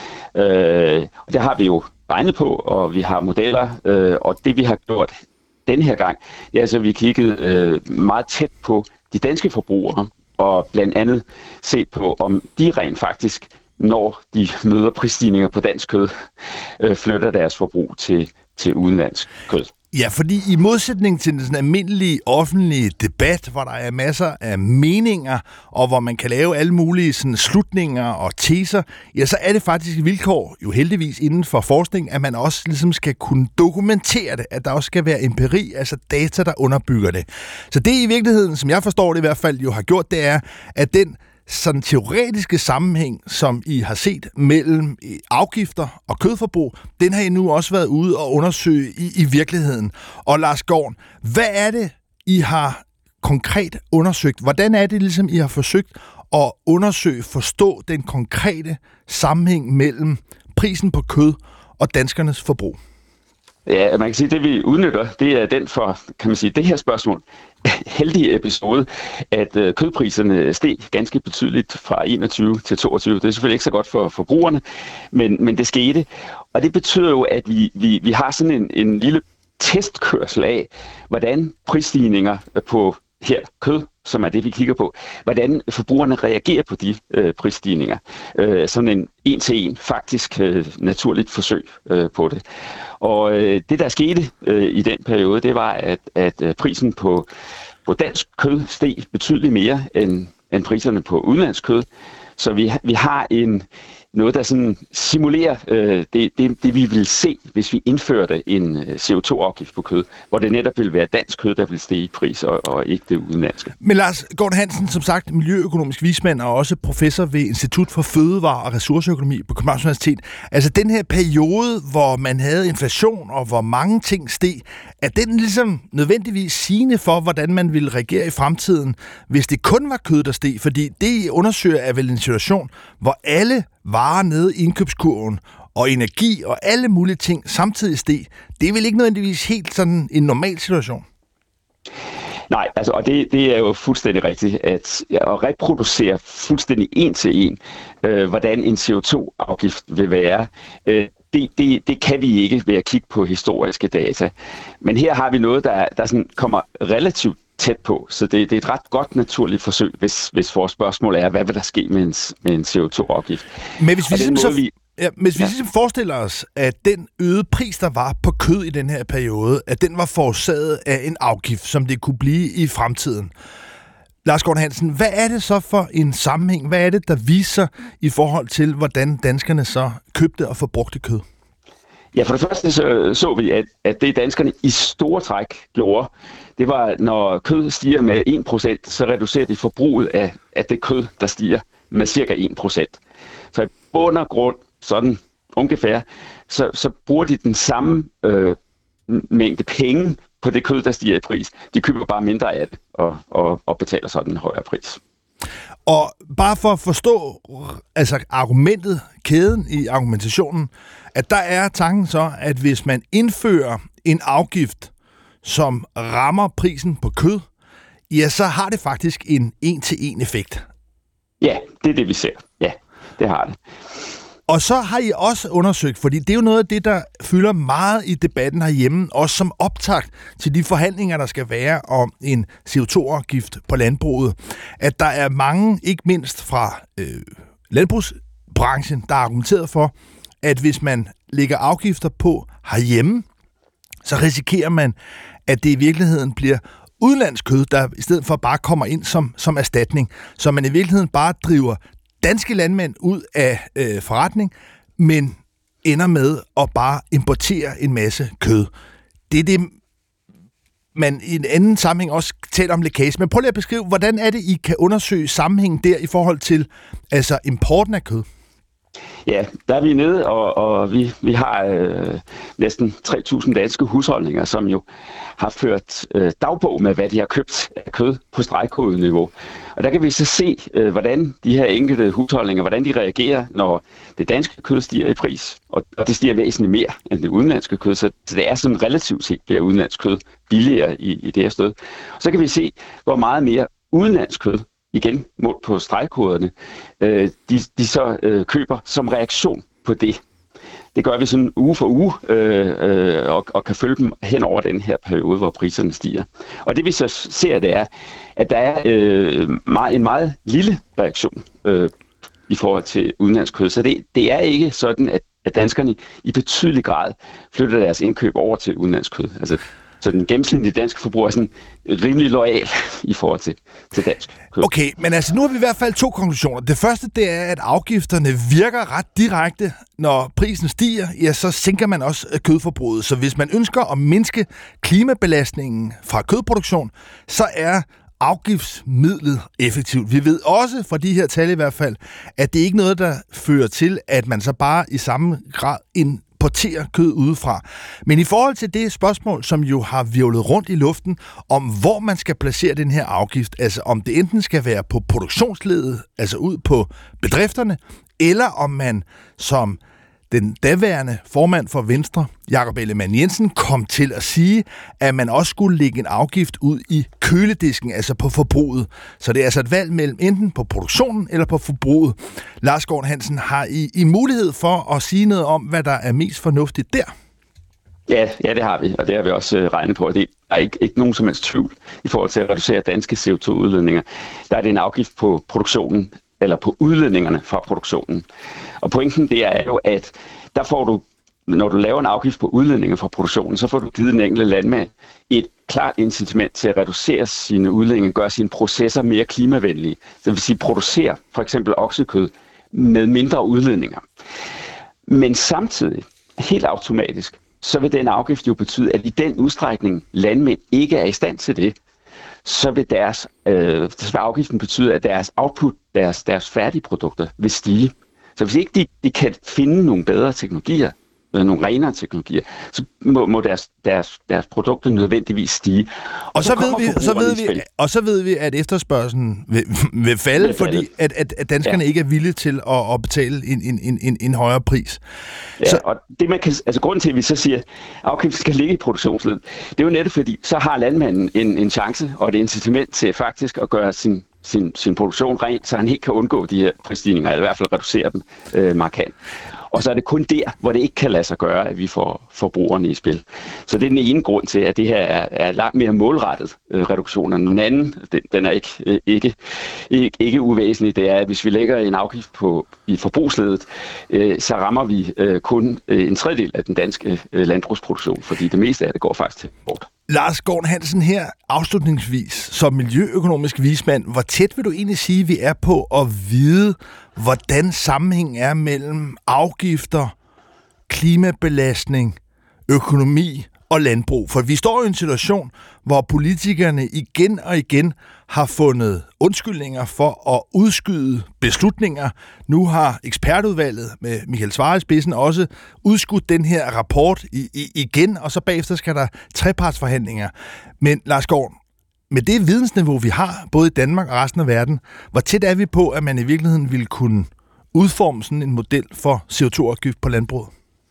Øh, og det har vi jo regnet på, og vi har modeller, øh, og det vi har gjort den her gang, det er altså, vi kiggede øh, meget tæt på de danske forbrugere, og blandt andet set på, om de rent faktisk, når de møder prisstigninger på dansk kød, øh, flytter deres forbrug til, til udenlandsk kød. Ja, fordi i modsætning til den sådan almindelige offentlige debat, hvor der er masser af meninger, og hvor man kan lave alle mulige sådan slutninger og teser, ja, så er det faktisk et vilkår, jo heldigvis inden for forskning, at man også ligesom skal kunne dokumentere det, at der også skal være empiri, altså data, der underbygger det. Så det i virkeligheden, som jeg forstår det i hvert fald jo har gjort, det er, at den sådan teoretiske sammenhæng, som I har set mellem afgifter og kødforbrug, den har I nu også været ude og undersøge i, i virkeligheden. Og Lars Gårn, hvad er det, I har konkret undersøgt? Hvordan er det, ligesom I har forsøgt at undersøge, forstå den konkrete sammenhæng mellem prisen på kød og danskernes forbrug? Ja, man kan sige, at det vi udnytter, det er den for, kan man sige, det her spørgsmål, heldige episode, at øh, kødpriserne steg ganske betydeligt fra enogtyve til toogtyve. Det er selvfølgelig ikke så godt for forbrugerne, men, men det skete. Og det betyder jo, at vi, vi, vi har sådan en, en lille testkørsel af, hvordan prisstigninger på her kød, som er det, vi kigger på, hvordan forbrugerne reagerer på de øh, prisstigninger. Øh, sådan en en-til-en faktisk øh, naturligt forsøg øh, på det. Og øh, det, der skete øh, i den periode, det var, at, at øh, prisen på, på dansk kød steg betydeligt mere end, end priserne på udenlandsk kød. Så vi, vi har en noget, der sådan simulerer øh, det, det, det, vi vil se, hvis vi indførte en øh, C O to afgift på kød, hvor det netop vil være dansk kød, der vil stige i pris, og, og ikke det udenlandske. Men Lars Gård Hansen, som sagt, miljøøkonomisk vismand og også professor ved Institut for Fødevare- og Ressourceøkonomi på Københavns Universitet. Altså den her periode, hvor man havde inflation, og hvor mange ting steg, er den ligesom nødvendigvis sigende for, hvordan man ville reagere i fremtiden, hvis det kun var kød, der steg? Fordi det, I undersøger, er vel en situation, hvor alle varer nede i indkøbskurven, og energi og alle mulige ting samtidig steg. Det er vel ikke nødvendigvis helt sådan en normal situation? Nej, altså, og det, det er jo fuldstændig rigtigt, at, at reproducere fuldstændig en til en, øh, hvordan en C O to afgift vil være, øh, det, det, det kan vi ikke ved at kigge på historiske data. Men her har vi noget, der, der sådan kommer relativt tæt på, så det, det er et ret godt naturligt forsøg, hvis, hvis vores spørgsmål er, hvad vil der ske med en, med en C O to afgift. Men hvis vi, ligesom, så, vi, ja, hvis vi ja. ligesom forestiller os, at den øgede pris, der var på kød i den her periode, at den var forårsaget af en afgift, som det kunne blive i fremtiden. Lars Gård Hansen, hvad er det så for en sammenhæng? Hvad er det, der viser i forhold til, hvordan danskerne så købte og forbrugte kød? Ja, for det første så, så vi, at, at det danskerne i store træk gjorde, det var, når kød stiger med en procent, så reducerer de forbruget af, af det kød, der stiger med cirka en procent. Så i bund og grund, sådan ungefær, så, så bruger de den samme øh, mængde penge på det kød, der stiger i pris. De køber bare mindre af det og, og, og betaler sådan en højere pris. Og bare for at forstå altså argumentet, kæden i argumentationen, at der er tanken så, at hvis man indfører en afgift, som rammer prisen på kød, ja, så har det faktisk en en-til-en effekt. Ja, det er det, vi ser. Ja, det har det. Og så har I også undersøgt, fordi det er jo noget af det, der fylder meget i debatten herhjemme, også som optakt til de forhandlinger, der skal være om en C O to afgift på landbruget, at der er mange, ikke mindst fra øh, landbrugsbranchen, der er argumenteret for, at hvis man lægger afgifter på herhjemme, så risikerer man, at det i virkeligheden bliver udenlandsk kød, der i stedet for bare kommer ind som, som erstatning, så man i virkeligheden bare driver danske landmænd ud af øh, forretning, men ender med at bare importere en masse kød. Det er det, man i en anden sammenhæng også taler om lækage. Men prøv lige at beskrive, hvordan er det, I kan undersøge sammenhængen der i forhold til altså importen af kød? Ja, der er vi nede, og, og vi, vi har øh, næsten tre tusind danske husholdninger, som jo har ført øh, dagbog med, hvad de har købt af kød på stregkodeniveau. Og der kan vi så se, øh, hvordan de her enkelte husholdninger, hvordan de reagerer, når det danske kød stiger i pris. Og, og det stiger væsentligt mere end det udenlandske kød, så, så det er sådan relativt set bliver udenlandsk kød billigere i, i det her sted. Og så kan vi se, hvor meget mere udenlandsk kød, igen målt på stregkoderne, øh, de, de så øh, køber som reaktion på det. Det gør vi sådan uge for uge, øh, øh, og, og kan følge dem hen over den her periode, hvor priserne stiger. Og det vi så ser, det er, at der er øh, meget, en meget lille reaktion øh, i forhold til udenlandsk kød. Så det, det er ikke sådan, at, at danskerne i betydelig grad flytter deres indkøb over til udenlandsk kød. Altså, så den gennemsnitlige danske forbruger er sådan rimelig loyal i forhold til, til dansk kød. Okay, men altså nu har vi i hvert fald to konklusioner. Det første, det er, at afgifterne virker ret direkte. Når prisen stiger, ja, så sænker man også kødforbruget. Så hvis man ønsker at mindske klimabelastningen fra kødproduktion, så er afgiftsmidlet effektivt. Vi ved også fra de her tal i hvert fald, at det ikke er noget, der fører til, at man så bare i samme grad ind importere kød udefra. Men i forhold til det spørgsmål, som jo har virvlet rundt i luften, om hvor man skal placere den her afgift, altså om det enten skal være på produktionsledet, altså ud på bedrifterne, eller om man som den daværende formand for Venstre, Jakob Ellemann-Jensen, kom til at sige, at man også skulle lægge en afgift ud i køledisken, altså på forbruget. Så det er altså et valg mellem enten på produktionen eller på forbruget. Lars Gård Hansen, har I, I mulighed for at sige noget om, hvad der er mest fornuftigt der? Ja, ja, det har vi, og det har vi også øh, regnet på. Det er ikke, ikke nogen som helst tvivl i forhold til at reducere danske C O to udledninger. Der er det en afgift på produktionen, eller på udledningerne fra produktionen. Og pointen det er jo, at der får du, når du laver en afgift på udledninger fra produktionen, så får du givet den enkelte landmand et klart incitament til at reducere sine udledninger, gøre sine processer mere klimavenlige. Det vil sige producere for eksempel oksekød med mindre udledninger. Men samtidig, helt automatisk, så vil den afgift jo betyde, at i den udstrækning landmænd ikke er i stand til det, så vil, deres, øh, så vil afgiften betyde, at deres output, deres, deres færdige produkter vil stige. Så hvis ikke de, de kan finde nogle bedre teknologier, øh, nogle renere teknologier, så må, må deres, deres, deres produkter nødvendigvis stige. Og, og, så, så, ved vi, så ved vi, og så ved vi, at efterspørgselen vil, vil falde, vil fordi at, at, at danskerne ja. ikke er villige til at, at betale en, en, en, en højere pris. Ja, så, og det man kan, altså grunden til, at vi så siger, at afgiften skal ligge i produktionsledet, det er jo netop fordi, så har landmanden en, en chance og et incitament til faktisk at gøre sin Sin, sin produktion rent, så han helt kan undgå de her prisstigninger, eller i hvert fald reducere dem øh, markant. Og så er det kun der, hvor det ikke kan lade sig gøre, at vi får forbrugerne i spil. Så det er den ene grund til, at det her er, er langt mere målrettet øh, reduktioner. Den anden, den, den er ikke, øh, ikke, ikke, ikke uvæsentlig, det er, at hvis vi lægger en afgift på i forbrugsledet, øh, så rammer vi øh, kun øh, en tredjedel af den danske øh, landbrugsproduktion, fordi det meste af det går faktisk til import. Lars Gård Hansen her afslutningsvis, som miljøøkonomisk vismand, hvor tæt vil du egentlig sige, at vi er på at vide, hvordan sammenhængen er mellem afgifter, klimabelastning, økonomi og landbrug? For vi står i en situation, hvor politikerne igen og igen har fundet undskyldninger for at udskyde beslutninger. Nu har ekspertudvalget med Michael Svarer i spidsen også udskudt den her rapport i, i, igen, og så bagefter skal der trepartsforhandlinger. Men Lars Gård, med det vidensniveau, vi har, både i Danmark og resten af verden, hvor tæt er vi på, at man i virkeligheden ville kunne udforme sådan en model for C O to afgift på landbruget?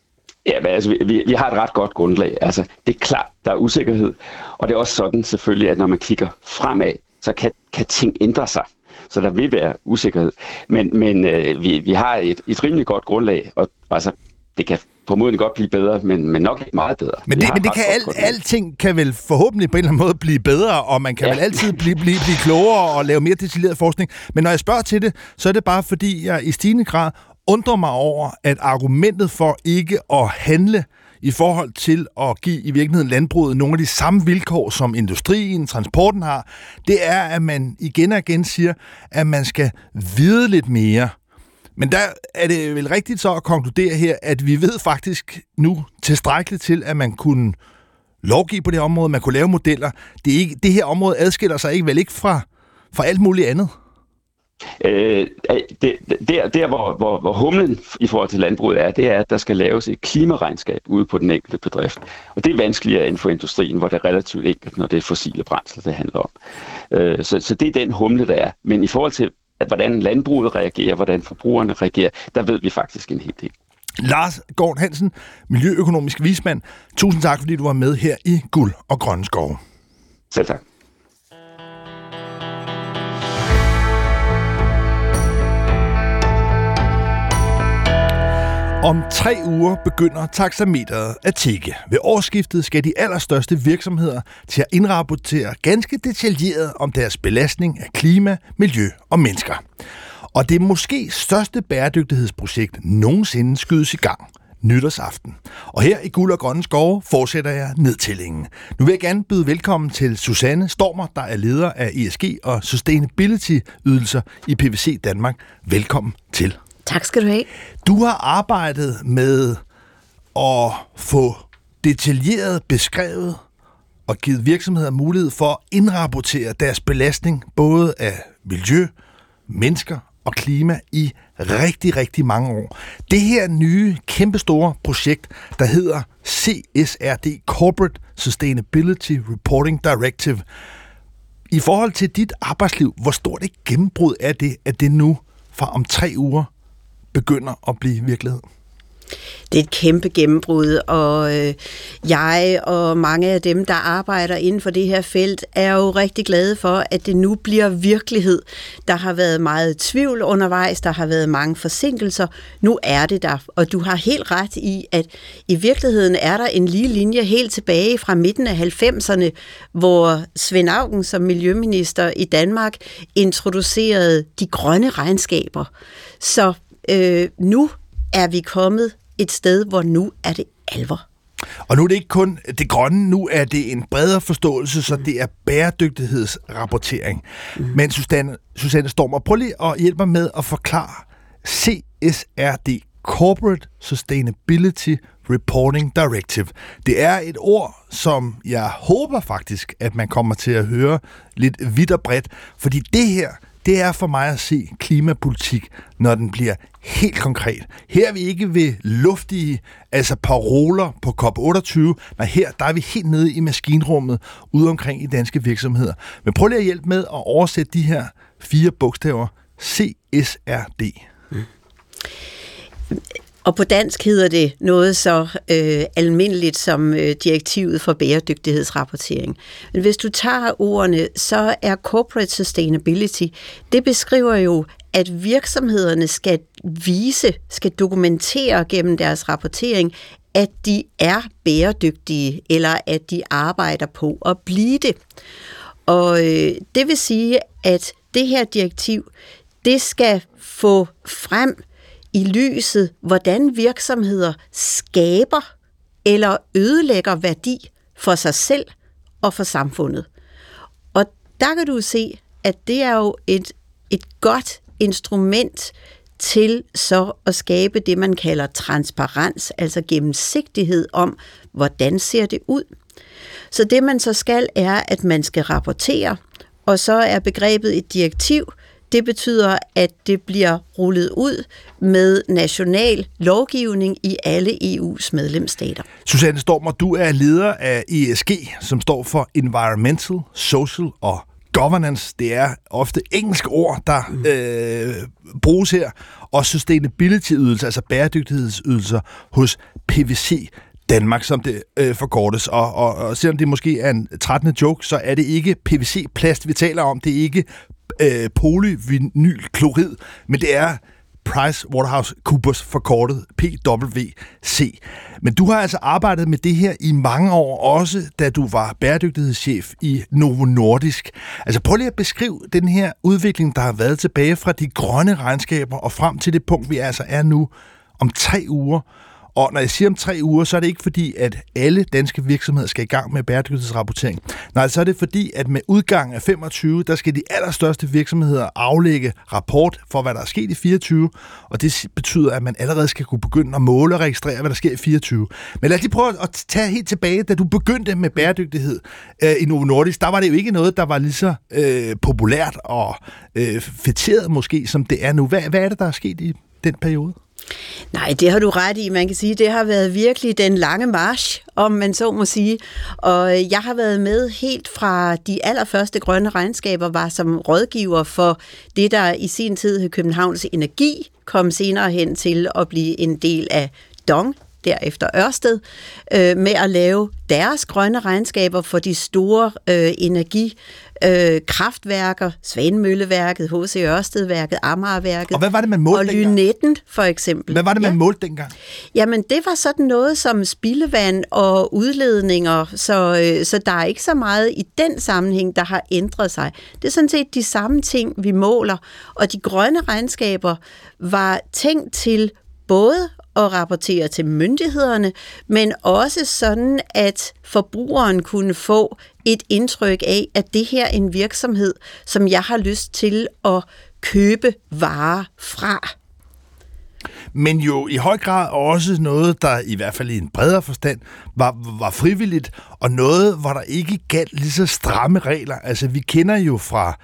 Ja, men altså, vi, vi har et ret godt grundlag. Altså, det er klart, der er usikkerhed. Og det er også sådan selvfølgelig, at når man kigger fremad, så kan, kan ting ændre sig. Så der vil være usikkerhed. Men, men øh, vi, vi har et, et rimelig godt grundlag, og altså, det kan formodentlig godt blive bedre, men, men nok ikke meget bedre. Men det, men det kan alt, alting kan vel forhåbentlig på en eller anden måde blive bedre, og man kan ja. vel altid blive, blive, blive klogere og lave mere detaljeret forskning. Men når jeg spørger til det, så er det bare fordi, jeg i stigende grad undrer mig over, at argumentet for ikke at handle i forhold til at give i virkeligheden landbruget nogle af de samme vilkår, som industrien, transporten har, det er, at man igen og igen siger, at man skal vide lidt mere. Men der er det vel rigtigt så at konkludere her, at vi ved faktisk nu tilstrækkeligt til, at man kunne lovgive på det område, man kunne lave modeller. Det, er ikke, det her område adskiller sig ikke vel ikke fra, fra alt muligt andet? Øh, det, der, der hvor, hvor, hvor humlen i forhold til landbruget er, det er, at der skal laves et klimaregnskab ude på den enkelte bedrift. Og det er vanskeligere inden for industrien, hvor det er relativt enkelt, når det er fossile brændsler, det handler om. Øh, så, så det er den humle, der er. Men i forhold til, at hvordan landbruget reagerer, hvordan forbrugerne reagerer, der ved vi faktisk en hel del. Lars Gård Hansen, miljøøkonomisk vismand. Tusind tak, fordi du var med her i Guld og Grønne Skove. Selv tak. Om tre uger begynder taxameteret at tikke. Ved årsskiftet skal de allerstørste virksomheder til at indrapportere ganske detaljeret om deres belastning af klima, miljø og mennesker. Og det måske største bæredygtighedsprojekt nogensinde skydes i gang nytårsaften. Og her i Guld og Grønne Skove fortsætter jeg nedtællingen. Nu vil jeg gerne byde velkommen til Susanne Stormer, der er leder af E S G og Sustainability-ydelser i P V C Danmark. Velkommen til. Tak skal du have. Du har arbejdet med at få detaljeret beskrevet og givet virksomheder mulighed for at indrapportere deres belastning både af miljø, mennesker og klima i rigtig, rigtig mange år. Det her nye, kæmpestore projekt, der hedder C S R D, Corporate Sustainability Reporting Directive. I forhold til dit arbejdsliv, hvor stort et gennembrud er det, at det nu fra om tre uger begynder at blive virkelighed? Det er et kæmpe gennembrud, og øh, jeg og mange af dem, der arbejder inden for det her felt, er jo rigtig glade for, at det nu bliver virkelighed. Der har været meget tvivl undervejs, der har været mange forsinkelser. Nu er det der, og du har helt ret i, at i virkeligheden er der en lige linje helt tilbage fra midten af halvfemserne, hvor Svend Auken som miljøminister i Danmark introducerede de grønne regnskaber. Så øh, nu er vi kommet et sted, hvor nu er det alvor. Og nu er det ikke kun det grønne, nu er det en bredere forståelse, så det er bæredygtighedsrapportering. Mm. Men Susanne, Susanne Stormer, prøv lige at hjælpe mig med at forklare C S R D, Corporate Sustainability Reporting Directive. Det er et ord, som jeg håber faktisk, at man kommer til at høre lidt vidt og bredt, fordi det her, det er for mig at se klimapolitik, når den bliver helt konkret. Her er vi ikke ved luftige, altså paroler på COP otteogtyve. Nej, her der er vi helt nede i maskinrummet, ude omkring i danske virksomheder. Men prøv lige at hjælpe med at oversætte de her fire bogstaver. C S R D. Mm. Og på dansk hedder det noget så øh, almindeligt som øh, direktivet for bæredygtighedsrapportering. Men hvis du tager ordene, så er corporate sustainability, det beskriver jo, at virksomhederne skal vise, skal dokumentere gennem deres rapportering, at de er bæredygtige, eller at de arbejder på at blive det. Og øh, det vil sige, at det her direktiv, det skal få frem i lyset, hvordan virksomheder skaber eller ødelægger værdi for sig selv og for samfundet. Og der kan du se, at det er jo et, et godt instrument til så at skabe det, man kalder transparens, altså gennemsigtighed om, hvordan ser det ud. Så det, man så skal, er, at man skal rapportere, og så er begrebet et direktiv. Det betyder, at det bliver rullet ud med national lovgivning i alle E U's medlemsstater. Susanne Stormer, du er leder af E S G, som står for Environmental, Social og Governance. Det er ofte engelske ord, der mm. øh, bruges her. Og sustainability-ydelser, altså bæredygtighedsydelser hos P V C Danmark, som det øh, forkortes. Og, og, og selvom det måske er en trættende joke, så er det ikke P V C-plast, vi taler om. Det er ikke øh, polyvinylklorid, men det er PricewaterhouseCoopers forkortet P W C. Men du har altså arbejdet med det her i mange år, også da du var bæredygtighedschef i Novo Nordisk. Altså prøv lige at beskrive den her udvikling, der har været tilbage fra de grønne regnskaber og frem til det punkt, vi altså er nu om tre uger. Og når jeg siger om tre uger, så er det ikke fordi, at alle danske virksomheder skal i gang med bæredygtighedsrapportering. Nej, så er det fordi, at med udgangen af femogtyve, der skal de allerstørste virksomheder aflægge rapport for, hvad der er sket i fireogtyve, og det betyder, at man allerede skal kunne begynde at måle og registrere, hvad der sker i fireogtyve. Men lad os lige prøve at tage helt tilbage, da du begyndte med bæredygtighed øh, i Novo Nordisk, der var det jo ikke noget, der var lige så øh, populært og øh, fætteret måske, som det er nu. Hvad, hvad er det, der er sket i den periode? Nej, det har du ret i. Man kan sige, det har været virkelig den lange march, om man så må sige. Og jeg har været med helt fra de allerførste grønne regnskaber, var som rådgiver for det, der i sin tid hed Københavns Energi, kom senere hen til at blive en del af Dong, derefter Ørsted, øh, med at lave deres grønne regnskaber for de store øh, energi Øh, kraftværker, Svanemølleværket, H C Ørstedværket, Amagerværket. Og hvad var det, man målte og Lynetten, for eksempel. Hvad var det, man ja. målte dengang? Jamen, det var sådan noget som spildevand og udledninger, så, øh, så der er ikke så meget i den sammenhæng, der har ændret sig. Det er sådan set de samme ting, vi måler, og de grønne regnskaber var tænkt til både at rapportere til myndighederne, men også sådan, at forbrugeren kunne få et indtryk af, at det her er en virksomhed, som jeg har lyst til at købe varer fra. Men jo i høj grad også noget, der i hvert fald i en bredere forstand var, var frivilligt, og noget, hvor der ikke galt lige så stramme regler. Altså vi kender jo fra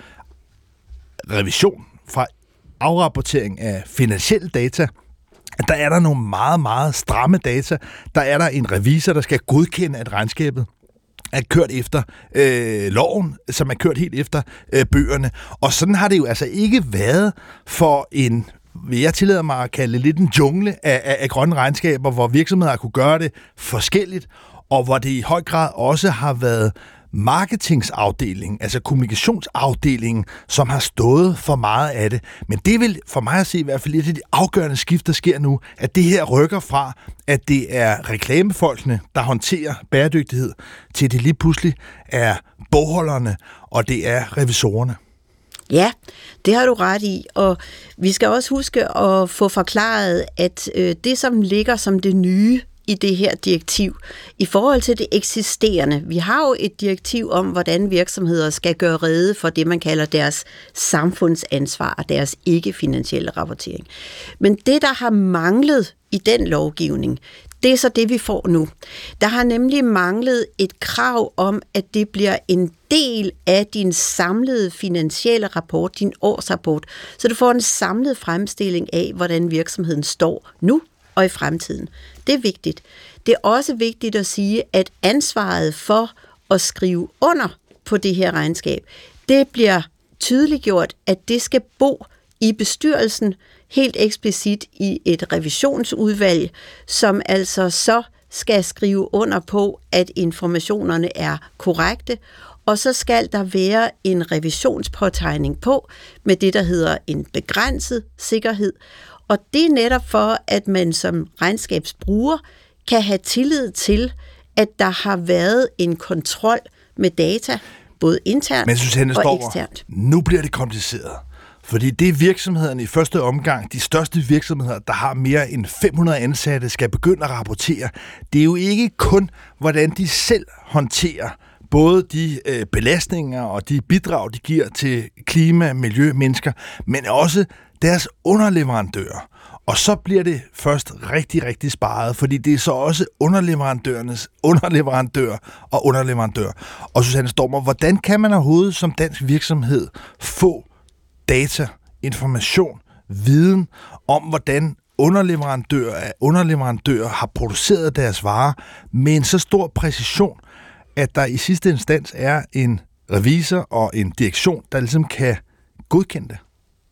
revision, fra afrapportering af finansielle data, at der er der nogle meget, meget stramme data. Der er der en revisor, der skal godkende, at regnskabet er kørt efter øh, loven, som er kørt helt efter øh, bøgerne. Og sådan har det jo altså ikke været for en, vil jeg tillade mig at kalde det, lidt en jungle af, af, af grønne regnskaber, hvor virksomheder kunne gøre det forskelligt, og hvor det i høj grad også har været marketingsafdelingen, altså kommunikationsafdelingen, som har stået for meget af det. Men det vil for mig at se i hvert fald lidt af de afgørende skift, der sker nu, at det her rykker fra, at det er reklamefolkene, der håndterer bæredygtighed, til det lige pludselig er bogholderne, og det er revisorerne. Ja, det har du ret i, og vi skal også huske at få forklaret, at øh, det, som ligger som det nye i det her direktiv, i forhold til det eksisterende. Vi har jo et direktiv om, hvordan virksomheder skal gøre rede for det, man kalder deres samfundsansvar og deres ikke-finansielle rapportering. Men det, der har manglet i den lovgivning, det er så det, vi får nu. Der har nemlig manglet et krav om, at det bliver en del af din samlede finansielle rapport, din årsrapport, så du får en samlet fremstilling af, hvordan virksomheden står nu og i fremtiden. Det er vigtigt. Det er også vigtigt at sige, at ansvaret for at skrive under på det her regnskab, det bliver tydeliggjort, at det skal bo i bestyrelsen, helt eksplicit i et revisionsudvalg, som altså så skal skrive under på, at informationerne er korrekte, og så skal der være en revisionspåtegning på med det, der hedder en begrænset sikkerhed. Og det er netop for, at man som regnskabsbruger kan have tillid til, at der har været en kontrol med data, både internt Men synes, og eksternt. Nu bliver det kompliceret. Fordi det er virksomhederne i første omgang, de største virksomheder, der har mere end fem hundrede ansatte, skal begynde at rapportere. Det er jo ikke kun, hvordan de selv håndterer både de øh, belastninger og de bidrag, de giver til klima, miljø, mennesker, men også deres underleverandører. Og så bliver det først rigtig, rigtig sparet, fordi det er så også underleverandørernes underleverandør og underleverandør. Og Susanne Stormer, hvordan kan man overhovedet som dansk virksomhed få data, information, viden om, hvordan underleverandører af underleverandører har produceret deres varer med en så stor præcision, at der i sidste instans er en revisor og en direktion, der ligesom kan godkende det?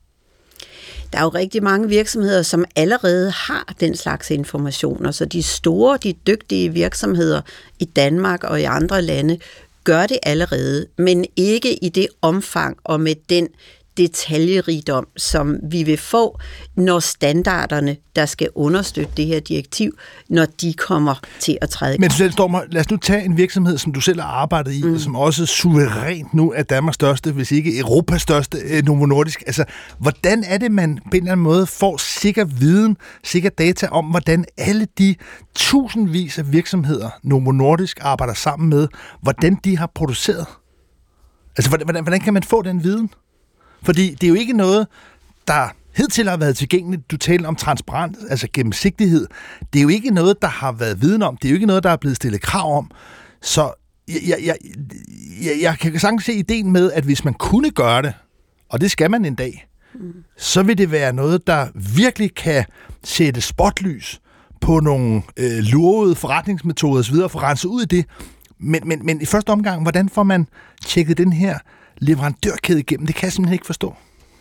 Der er jo rigtig mange virksomheder, som allerede har den slags informationer, så de store, de dygtige virksomheder i Danmark og i andre lande gør det allerede, men ikke i det omfang og med den detaljerigdom, som vi vil få, når standarderne, der skal understøtte det her direktiv, når de kommer til at træde. Men Susanne Stormer, lad os nu tage en virksomhed, som du selv har arbejdet i, mm. som også suverænt nu er Danmarks største, hvis ikke Europas største, Novo Nordisk. Altså, hvordan er det, man på en eller anden måde får sikker viden, sikker data om, hvordan alle de tusindvis af virksomheder, Novo Nordisk arbejder sammen med, hvordan de har produceret? Altså, hvordan, hvordan kan man få den viden? Fordi det er jo ikke noget, der hidtil har været tilgængeligt. Du taler om transparens, altså gennemsigtighed. Det er jo ikke noget, der har været viden om. Det er jo ikke noget, der er blevet stillet krav om. Så jeg, jeg, jeg, jeg, jeg kan sagtens se ideen med, at hvis man kunne gøre det, og det skal man en dag, mm. så vil det være noget, der virkelig kan sætte spotlys på nogle øh, lurvede forretningsmetoder osv. og få renset ud i det. Men, men, men i første omgang, hvordan får man tjekket den her leverandørkæde igennem? Det kan jeg simpelthen ikke forstå.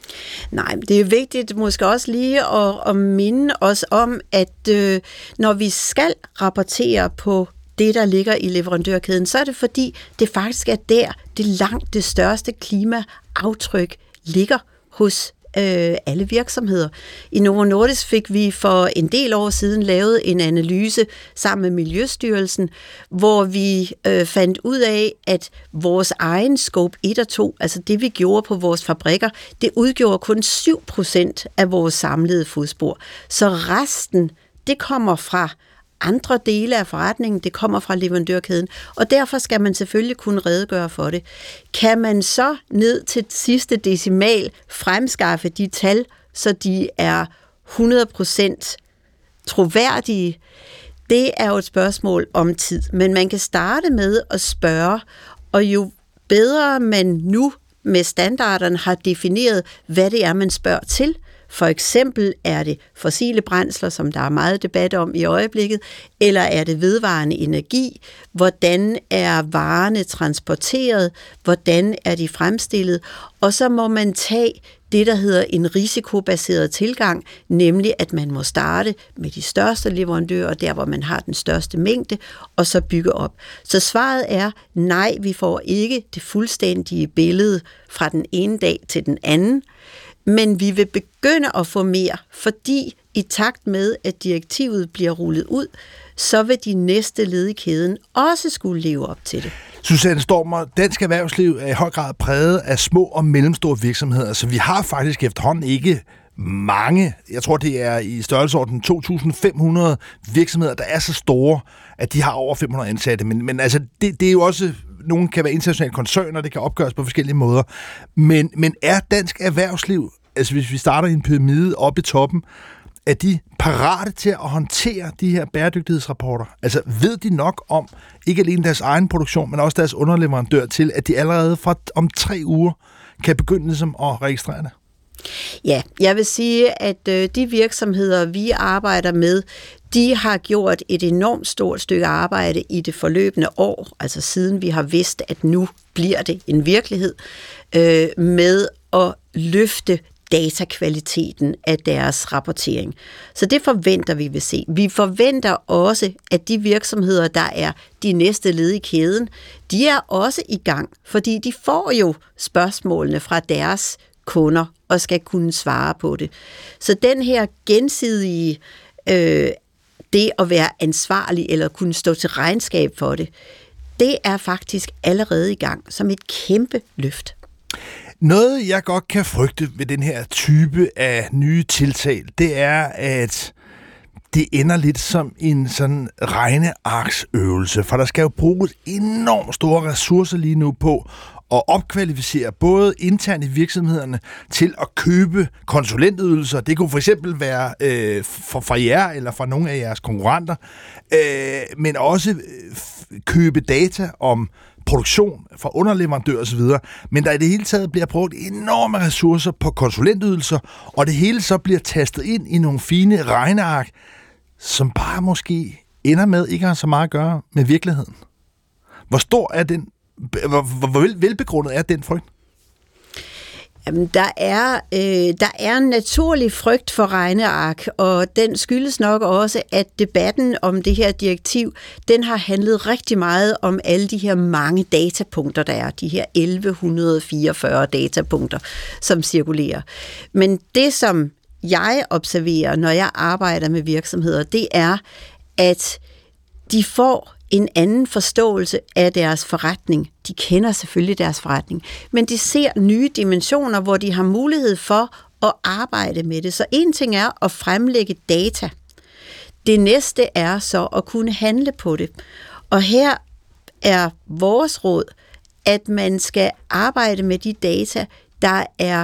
Nej, det er vigtigt måske også lige at, at minde os om, at øh, når vi skal rapportere på det, der ligger i leverandørkæden, så er det fordi, det faktisk er der, det langt det største klimaaftryk ligger hos øh, alle virksomheder. I Novo Nordisk fik vi for en del år siden lavet en analyse sammen med Miljøstyrelsen, hvor vi øh, fandt ud af, at vores egen scope et og to, altså det vi gjorde på vores fabrikker, det udgjorde kun syv procent af vores samlede fodspor. Så resten, det kommer fra andre dele af forretningen, det kommer fra leverandørkæden, og derfor skal man selvfølgelig kunne redegøre for det. Kan man så ned til sidste decimal fremskaffe de tal, så de er hundrede procent troværdige? Det er jo et spørgsmål om tid, men man kan starte med at spørge, og jo bedre man nu med standarderne har defineret, hvad det er, man spørger til. For eksempel er det fossile brændsler, som der er meget debat om i øjeblikket, eller er det vedvarende energi? Hvordan er varerne transporteret? Hvordan er de fremstillet? Og så må man tage det, der hedder en risikobaseret tilgang, nemlig at man må starte med de største leverandører, der hvor man har den største mængde, og så bygge op. Så svaret er, nej, vi får ikke det fuldstændige billede fra den ene dag til den anden, men vi vil begynde at få mere, fordi i takt med, at direktivet bliver rullet ud, så vil de næste led i kæden også skulle leve op til det. Susanne Stormer, dansk erhvervsliv er i høj grad præget af små og mellemstore virksomheder, så vi har faktisk efterhånden ikke mange, jeg tror det er i størrelsesorden to tusind fem hundrede virksomheder, der er så store, at de har over fem hundrede ansatte, men, men altså, det, det er jo også, nogle kan være internationale koncerner, det kan opgøres på forskellige måder, men, men er dansk erhvervsliv, altså hvis vi starter i en pyramide oppe i toppen, er de parate til at håndtere de her bæredygtighedsrapporter? Altså ved de nok om, ikke alene deres egen produktion, men også deres underleverandør til, at de allerede fra om tre uger kan begynde ligesom at registrere det? Ja, jeg vil sige, at øh, de virksomheder, vi arbejder med, de har gjort et enormt stort stykke arbejde i det forløbende år, altså siden vi har vidst, at nu bliver det en virkelighed, øh, med at løfte datakvaliteten af deres rapportering. Så det forventer vi vil se. Vi forventer også, at de virksomheder, der er de næste led i kæden, de er også i gang, fordi de får jo spørgsmålene fra deres kunder og skal kunne svare på det. Så den her gensidige, øh, det at være ansvarlig eller kunne stå til regnskab for det, det er faktisk allerede i gang som et kæmpe løft. Noget, jeg godt kan frygte ved den her type af nye tiltag, det er, at det ender lidt som en sådan regnearksøvelse, for der skal jo bruges enormt store ressourcer lige nu på at opkvalificere både internt i virksomhederne til at købe konsulentydelser. Det kunne for eksempel være øh, for, fra jer eller fra nogle af jeres konkurrenter, øh, men også øh, købe data om produktion fra underleverandører osv., men der i det hele taget bliver brugt enorme ressourcer på konsulentydelser, og det hele så bliver tastet ind i nogle fine regneark, som bare måske ender med ikke har så meget at gøre med virkeligheden. Hvor stor er den, hvor, hvor velbegrundet er den frygt? Jamen, der er, øh, der er en naturlig frygt for regneark, og den skyldes nok også, at debatten om det her direktiv, den har handlet rigtig meget om alle de her mange datapunkter, der er. De her elleve fireogfyrre datapunkter, som cirkulerer. Men det, som jeg observerer, når jeg arbejder med virksomheder, det er, at de får en anden forståelse af deres forretning. De kender selvfølgelig deres forretning, men de ser nye dimensioner, hvor de har mulighed for at arbejde med det. Så en ting er at fremlægge data. Det næste er så at kunne handle på det. Og her er vores råd, at man skal arbejde med de data, der er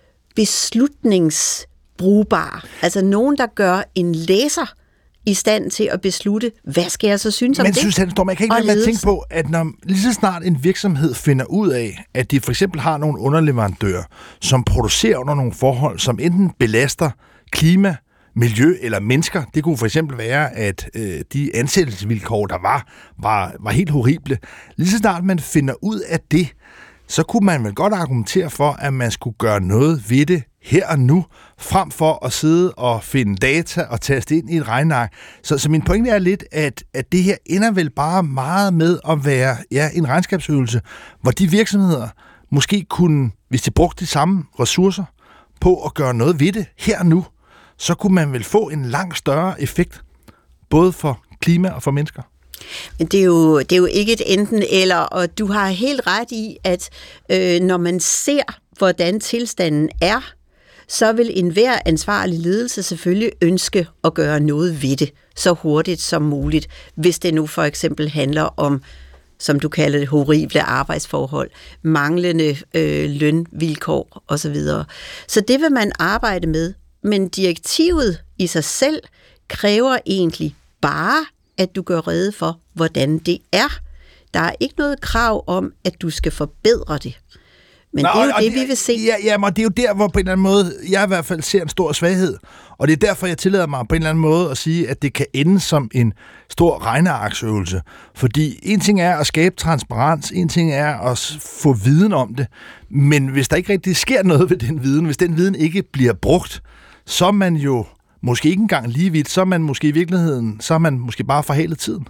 beslutningsbrugbare. Altså nogen, der gør en læser i stand til at beslutte, hvad skal jeg så synes om Men, det? Men Susanne Storm, jeg kan ikke lade med at tænke på, at når lige så snart en virksomhed finder ud af, at de for eksempel har nogle underleverandører, som producerer under nogle forhold, som enten belaster klima, miljø eller mennesker. Det kunne for eksempel være, at øh, de ansættelsesvilkår, der var, var, var helt horrible. Lige så snart man finder ud af det, så kunne man vel godt argumentere for, at man skulle gøre noget ved det her og nu, frem for at sidde og finde data og taste ind i et regneark. Så, så min pointe er lidt, at, at det her ender vel bare meget med at være ja, en regnskabsøvelse, hvor de virksomheder måske kunne, hvis de brugte de samme ressourcer på at gøre noget ved det her og nu, så kunne man vel få en langt større effekt, både for klima og for mennesker. Men det er jo, det er jo ikke et enten eller, og du har helt ret i, at øh, når man ser, hvordan tilstanden er, så vil enhver ansvarlig ledelse selvfølgelig ønske at gøre noget ved det så hurtigt som muligt, hvis det nu for eksempel handler om, som du kalder det, horrible arbejdsforhold, manglende øh, lønvilkår osv. Så det vil man arbejde med, men direktivet i sig selv kræver egentlig bare, at du gør rede for, hvordan det er. Der er ikke noget krav om, at du skal forbedre det. Men Nå, det er jo det, det, vi vil se. Ja, ja, men det er jo der, hvor på en eller anden måde, jeg i hvert fald ser en stor svaghed. Og det er derfor, jeg tillader mig på en eller anden måde at sige, at det kan ende som en stor regnearksøvelse. Fordi en ting er at skabe transparens, en ting er at få viden om det. Men hvis der ikke rigtig sker noget ved den viden, hvis den viden ikke bliver brugt, så er man jo måske ikke engang lige vidt, så er man måske i virkeligheden, så er man måske bare forhalet tiden.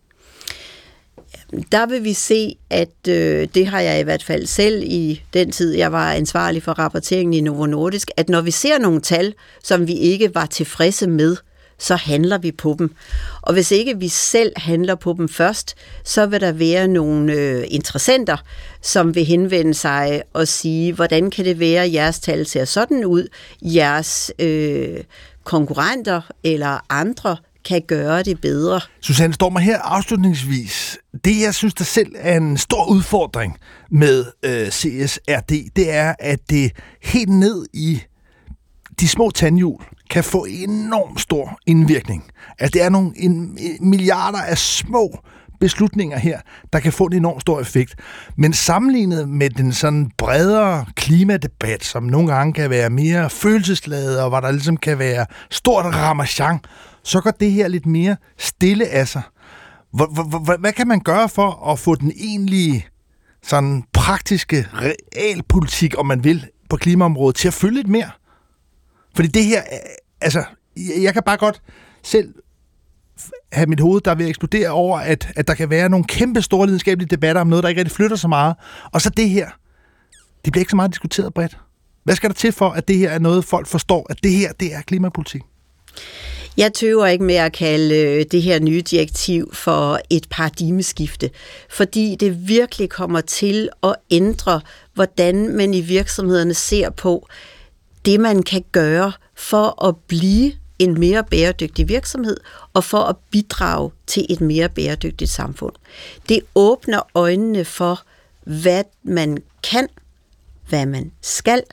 Der vil vi se, at øh, det har jeg i hvert fald selv i den tid, jeg var ansvarlig for rapporteringen i Novo Nordisk, at når vi ser nogle tal, som vi ikke var tilfredse med, så handler vi på dem. Og hvis ikke vi selv handler på dem først, så vil der være nogle øh, interessenter, som vil henvende sig og sige, hvordan kan det være, at jeres tal ser sådan ud, jeres øh, konkurrenter eller andre kan gøre det bedre. Susanne Storm, her afslutningsvis. Det, jeg synes der selv er en stor udfordring med øh, C S R D, det er, at det helt ned i de små tandhjul kan få enormt stor indvirkning. Altså, det er nogle en, milliarder af små beslutninger her, der kan få en enormt stor effekt. Men sammenlignet med den sådan bredere klimadebat, som nogle gange kan være mere følelsesladet, og hvor der ligesom kan være stort ramachan, så går det her lidt mere stille af sig. Hvad kan man gøre for at få den egentlige sådan praktiske realpolitik, om man vil, på klimaområdet til at følge lidt mere? Fordi det her, altså, jeg kan bare godt selv have mit hoved, der vil eksplodere over, at, at der kan være nogle kæmpe store videnskabelige debatter om noget, der ikke rigtig flytter så meget. Og så det her, det bliver ikke så meget diskuteret bredt. Hvad skal der til for, at det her er noget, folk forstår, at det her, det er klimapolitik? Jeg tøver ikke med at kalde det her nye direktiv for et paradigmeskifte, fordi det virkelig kommer til at ændre, hvordan man i virksomhederne ser på det, man kan gøre for at blive en mere bæredygtig virksomhed og for at bidrage til et mere bæredygtigt samfund. Det åbner øjnene for, hvad man kan, hvad man skal,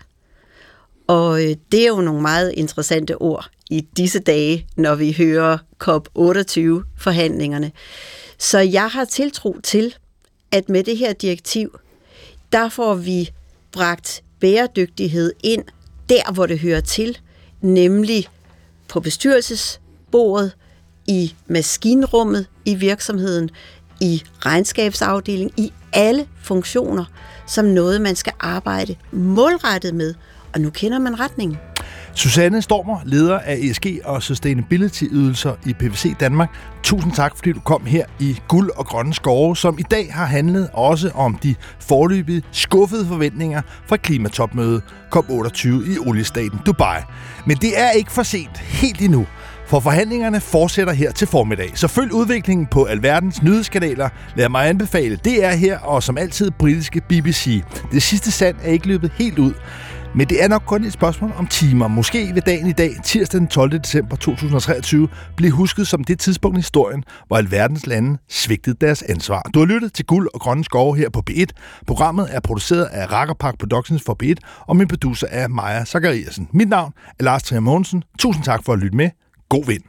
og det er jo nogle meget interessante ord i disse dage, når vi hører COP otteogtyve-forhandlingerne. Så jeg har tiltro til, at med det her direktiv, der får vi bragt bæredygtighed ind der, hvor det hører til, nemlig på bestyrelsesbordet, i maskinrummet i virksomheden, i regnskabsafdelingen, i alle funktioner, som noget, man skal arbejde målrettet med. Og nu kender man retningen. Susanne Stormer, leder af E S G og Sustainability-ydelser i P V C Danmark. Tusind tak, fordi du kom her i Guld og Grønne Skove, som i dag har handlet også om de foreløbige skuffede forventninger fra klimatopmødet COP otteogtyve i oliestaten Dubai. Men det er ikke for sent helt endnu, for forhandlingerne fortsætter her til formiddag. Så følg udviklingen på alverdens nyhedskanaler. Lad mig anbefale D R her, og som altid britiske B B C. Det sidste sand er ikke løbet helt ud, men det er nok kun et spørgsmål om timer. Måske vil dagen i dag, tirsdag den tolvte december to tusind og treogtyve, blive husket som det tidspunkt i historien, hvor alverdens lande svigtede deres ansvar. Du har lyttet til Guld og Grønne Skove her på B et. Programmet er produceret af Rakkerpark Productions for B et, og min producer er Maja Zachariasen. Mit navn er Lars Trier Mogensen. Tusind tak for at lytte med. God vind.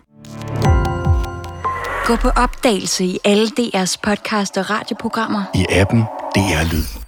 Gå på opdagelse i alle D R's podcast og radioprogrammer. I appen D R Lyd.